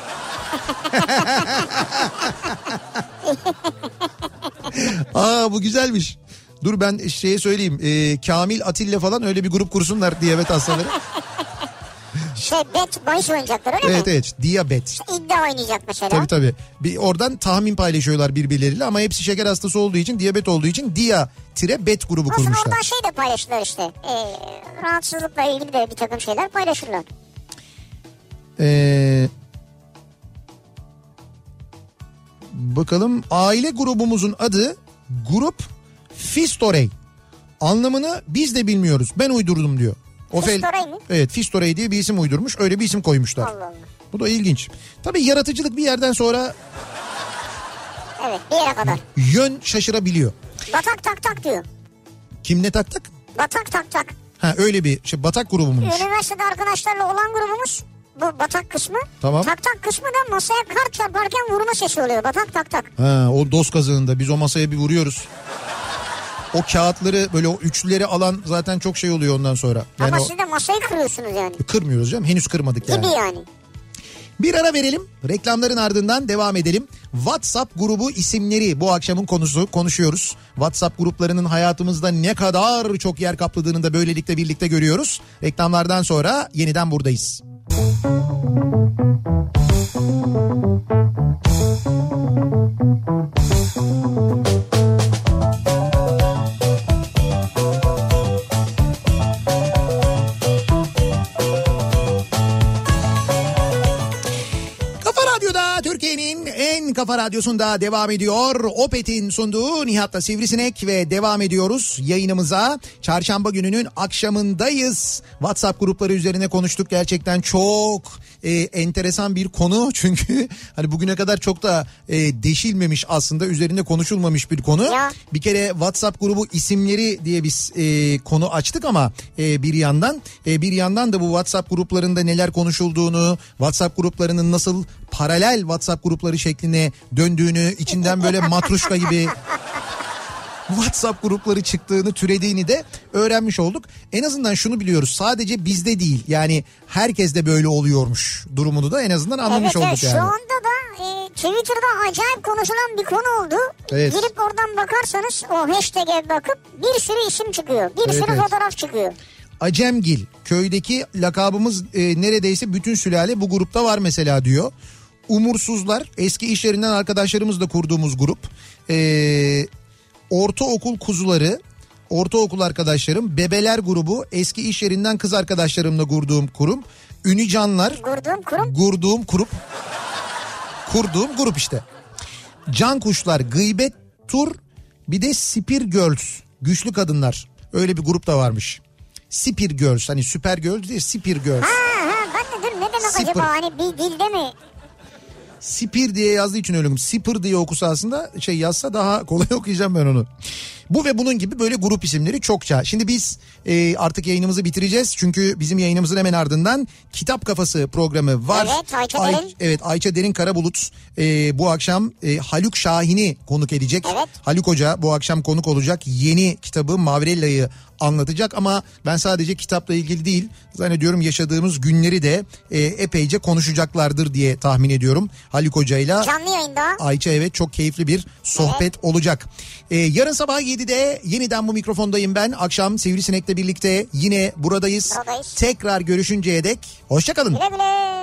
A: Aa, bu güzelmiş. Dur ben şeye söyleyeyim. Kamil Atilla falan öyle bir grup kursunlar, diyabet hastaları.
B: Bet bahis oynayacaklar öyle mi?
A: Evet, Dia-Bet.
B: İddia oynayacak mesela.
A: Tabii. Bir oradan tahmin paylaşıyorlar birbirleriyle ama hepsi şeker hastası olduğu için, diyabet olduğu için Dia-Bet grubu
B: Aslında
A: kurmuşlar.
B: oradan şey de paylaşırlar işte. Rahatsızlıkla ilgili de bir takım şeyler paylaşırlar.
A: Bakalım, aile grubumuzun adı Grup Fistorey. Anlamını biz de bilmiyoruz. Ben uydurdum diyor.
B: Fistorey mi?
A: Evet, Fistorey diye bir isim uydurmuş. Öyle bir isim koymuşlar.
B: Allah Allah.
A: Bu da ilginç. Tabii yaratıcılık bir yerden sonra
B: Evet, bir yere kadar.
A: yön şaşırabiliyor.
B: Batak tak tak diyor.
A: Kim ne tak tak?
B: Batak tak tak.
A: Ha, öyle bir batak grubu muymuş?
B: Üniversitede arkadaşlarla olan grubumuz bu batak kısmı.
A: Tamam.
B: Tak tak kısmı da masaya kart çarparken vurma sesi oluyor. Batak tak tak.
A: Ha, o dos kazığında biz o masaya bir vuruyoruz. O kağıtları böyle, o üçlüleri alan zaten çok şey oluyor ondan sonra. Yani
B: Ama siz de masayı kırıyorsunuz yani.
A: kırmıyoruz canım, henüz kırmadık yani.
B: Gibi yani.
A: Bir ara verelim, reklamların ardından devam edelim. WhatsApp grubu isimleri bu akşamın konusu, konuşuyoruz. WhatsApp gruplarının hayatımızda ne kadar çok yer kapladığını da böylelikle birlikte görüyoruz. Reklamlardan sonra yeniden buradayız. Türkiye'nin en kafa radyosunda devam ediyor. Opet'in sunduğu Nihat'la Sivrisinek ve devam ediyoruz yayınımıza. Çarşamba gününün akşamındayız. WhatsApp grupları üzerine konuştuk. Gerçekten çok enteresan bir konu çünkü hani bugüne kadar çok da deşilmemiş aslında, üzerinde konuşulmamış bir konu.
B: Ya.
A: Bir kere WhatsApp grubu isimleri diye biz konu açtık ama bir yandan da bu WhatsApp gruplarında neler konuşulduğunu, WhatsApp gruplarının nasıl paralel WhatsApp grupları şekline döndüğünü, içinden böyle matruşka gibi WhatsApp grupları çıktığını, türediğini de öğrenmiş olduk. En azından şunu biliyoruz, sadece bizde değil yani herkes de böyle oluyormuş durumunu da en azından anlamış olduk yani.
B: Şu anda da Twitter'da acayip konuşulan bir konu oldu.
A: Evet.
B: Girip oradan bakarsanız o hashtag'e bakıp bir sürü isim çıkıyor. Bir sürü fotoğraf çıkıyor.
A: Acemgil, köydeki lakabımız neredeyse bütün sülale bu grupta var mesela diyor. Umursuzlar, eski iş yerinden arkadaşlarımızla kurduğumuz grup. Ortaokul kuzuları, ortaokul arkadaşlarım, bebeler grubu, eski iş yerinden kız arkadaşlarımla kurduğum kurum. Ünicanlar, kurduğum grup işte. Can kuşlar, gıybet tur, bir de Spir Girls, güçlü kadınlar. Öyle bir grup da varmış. Spir Girls, hani Süper Girls değil, Spir Girls.
B: Ben de dur, ne demek
A: Spir.
B: acaba, hani bir dilde mi?
A: Spir diye yazdığı için öyle. Spir diye okusa aslında yazsa daha kolay okuyacağım ben onu. Bu ve bunun gibi böyle grup isimleri çokça. Şimdi biz artık yayınımızı bitireceğiz. Çünkü bizim yayınımızın hemen ardından Kitap Kafası programı var.
B: Evet, Ayça Derin.
A: Evet, Ayça Derin Karabulut bu akşam Haluk Şahin'i konuk edecek.
B: Evet.
A: Haluk Hoca bu akşam konuk olacak. Yeni kitabı Mavrella'yı anlatacak ama ben sadece kitapla ilgili değil, zannediyorum yaşadığımız günleri de epeyce konuşacaklardır diye tahmin ediyorum. Haluk Hoca'yla
B: Canlı yayında.
A: Ayça, evet, çok keyifli bir sohbet olacak. Yarın sabah 7'de yeniden bu mikrofondayım ben. Akşam Sivrisinek'le birlikte yine buradayız. Tekrar görüşünceye dek hoşça kalın.
B: Güle güle.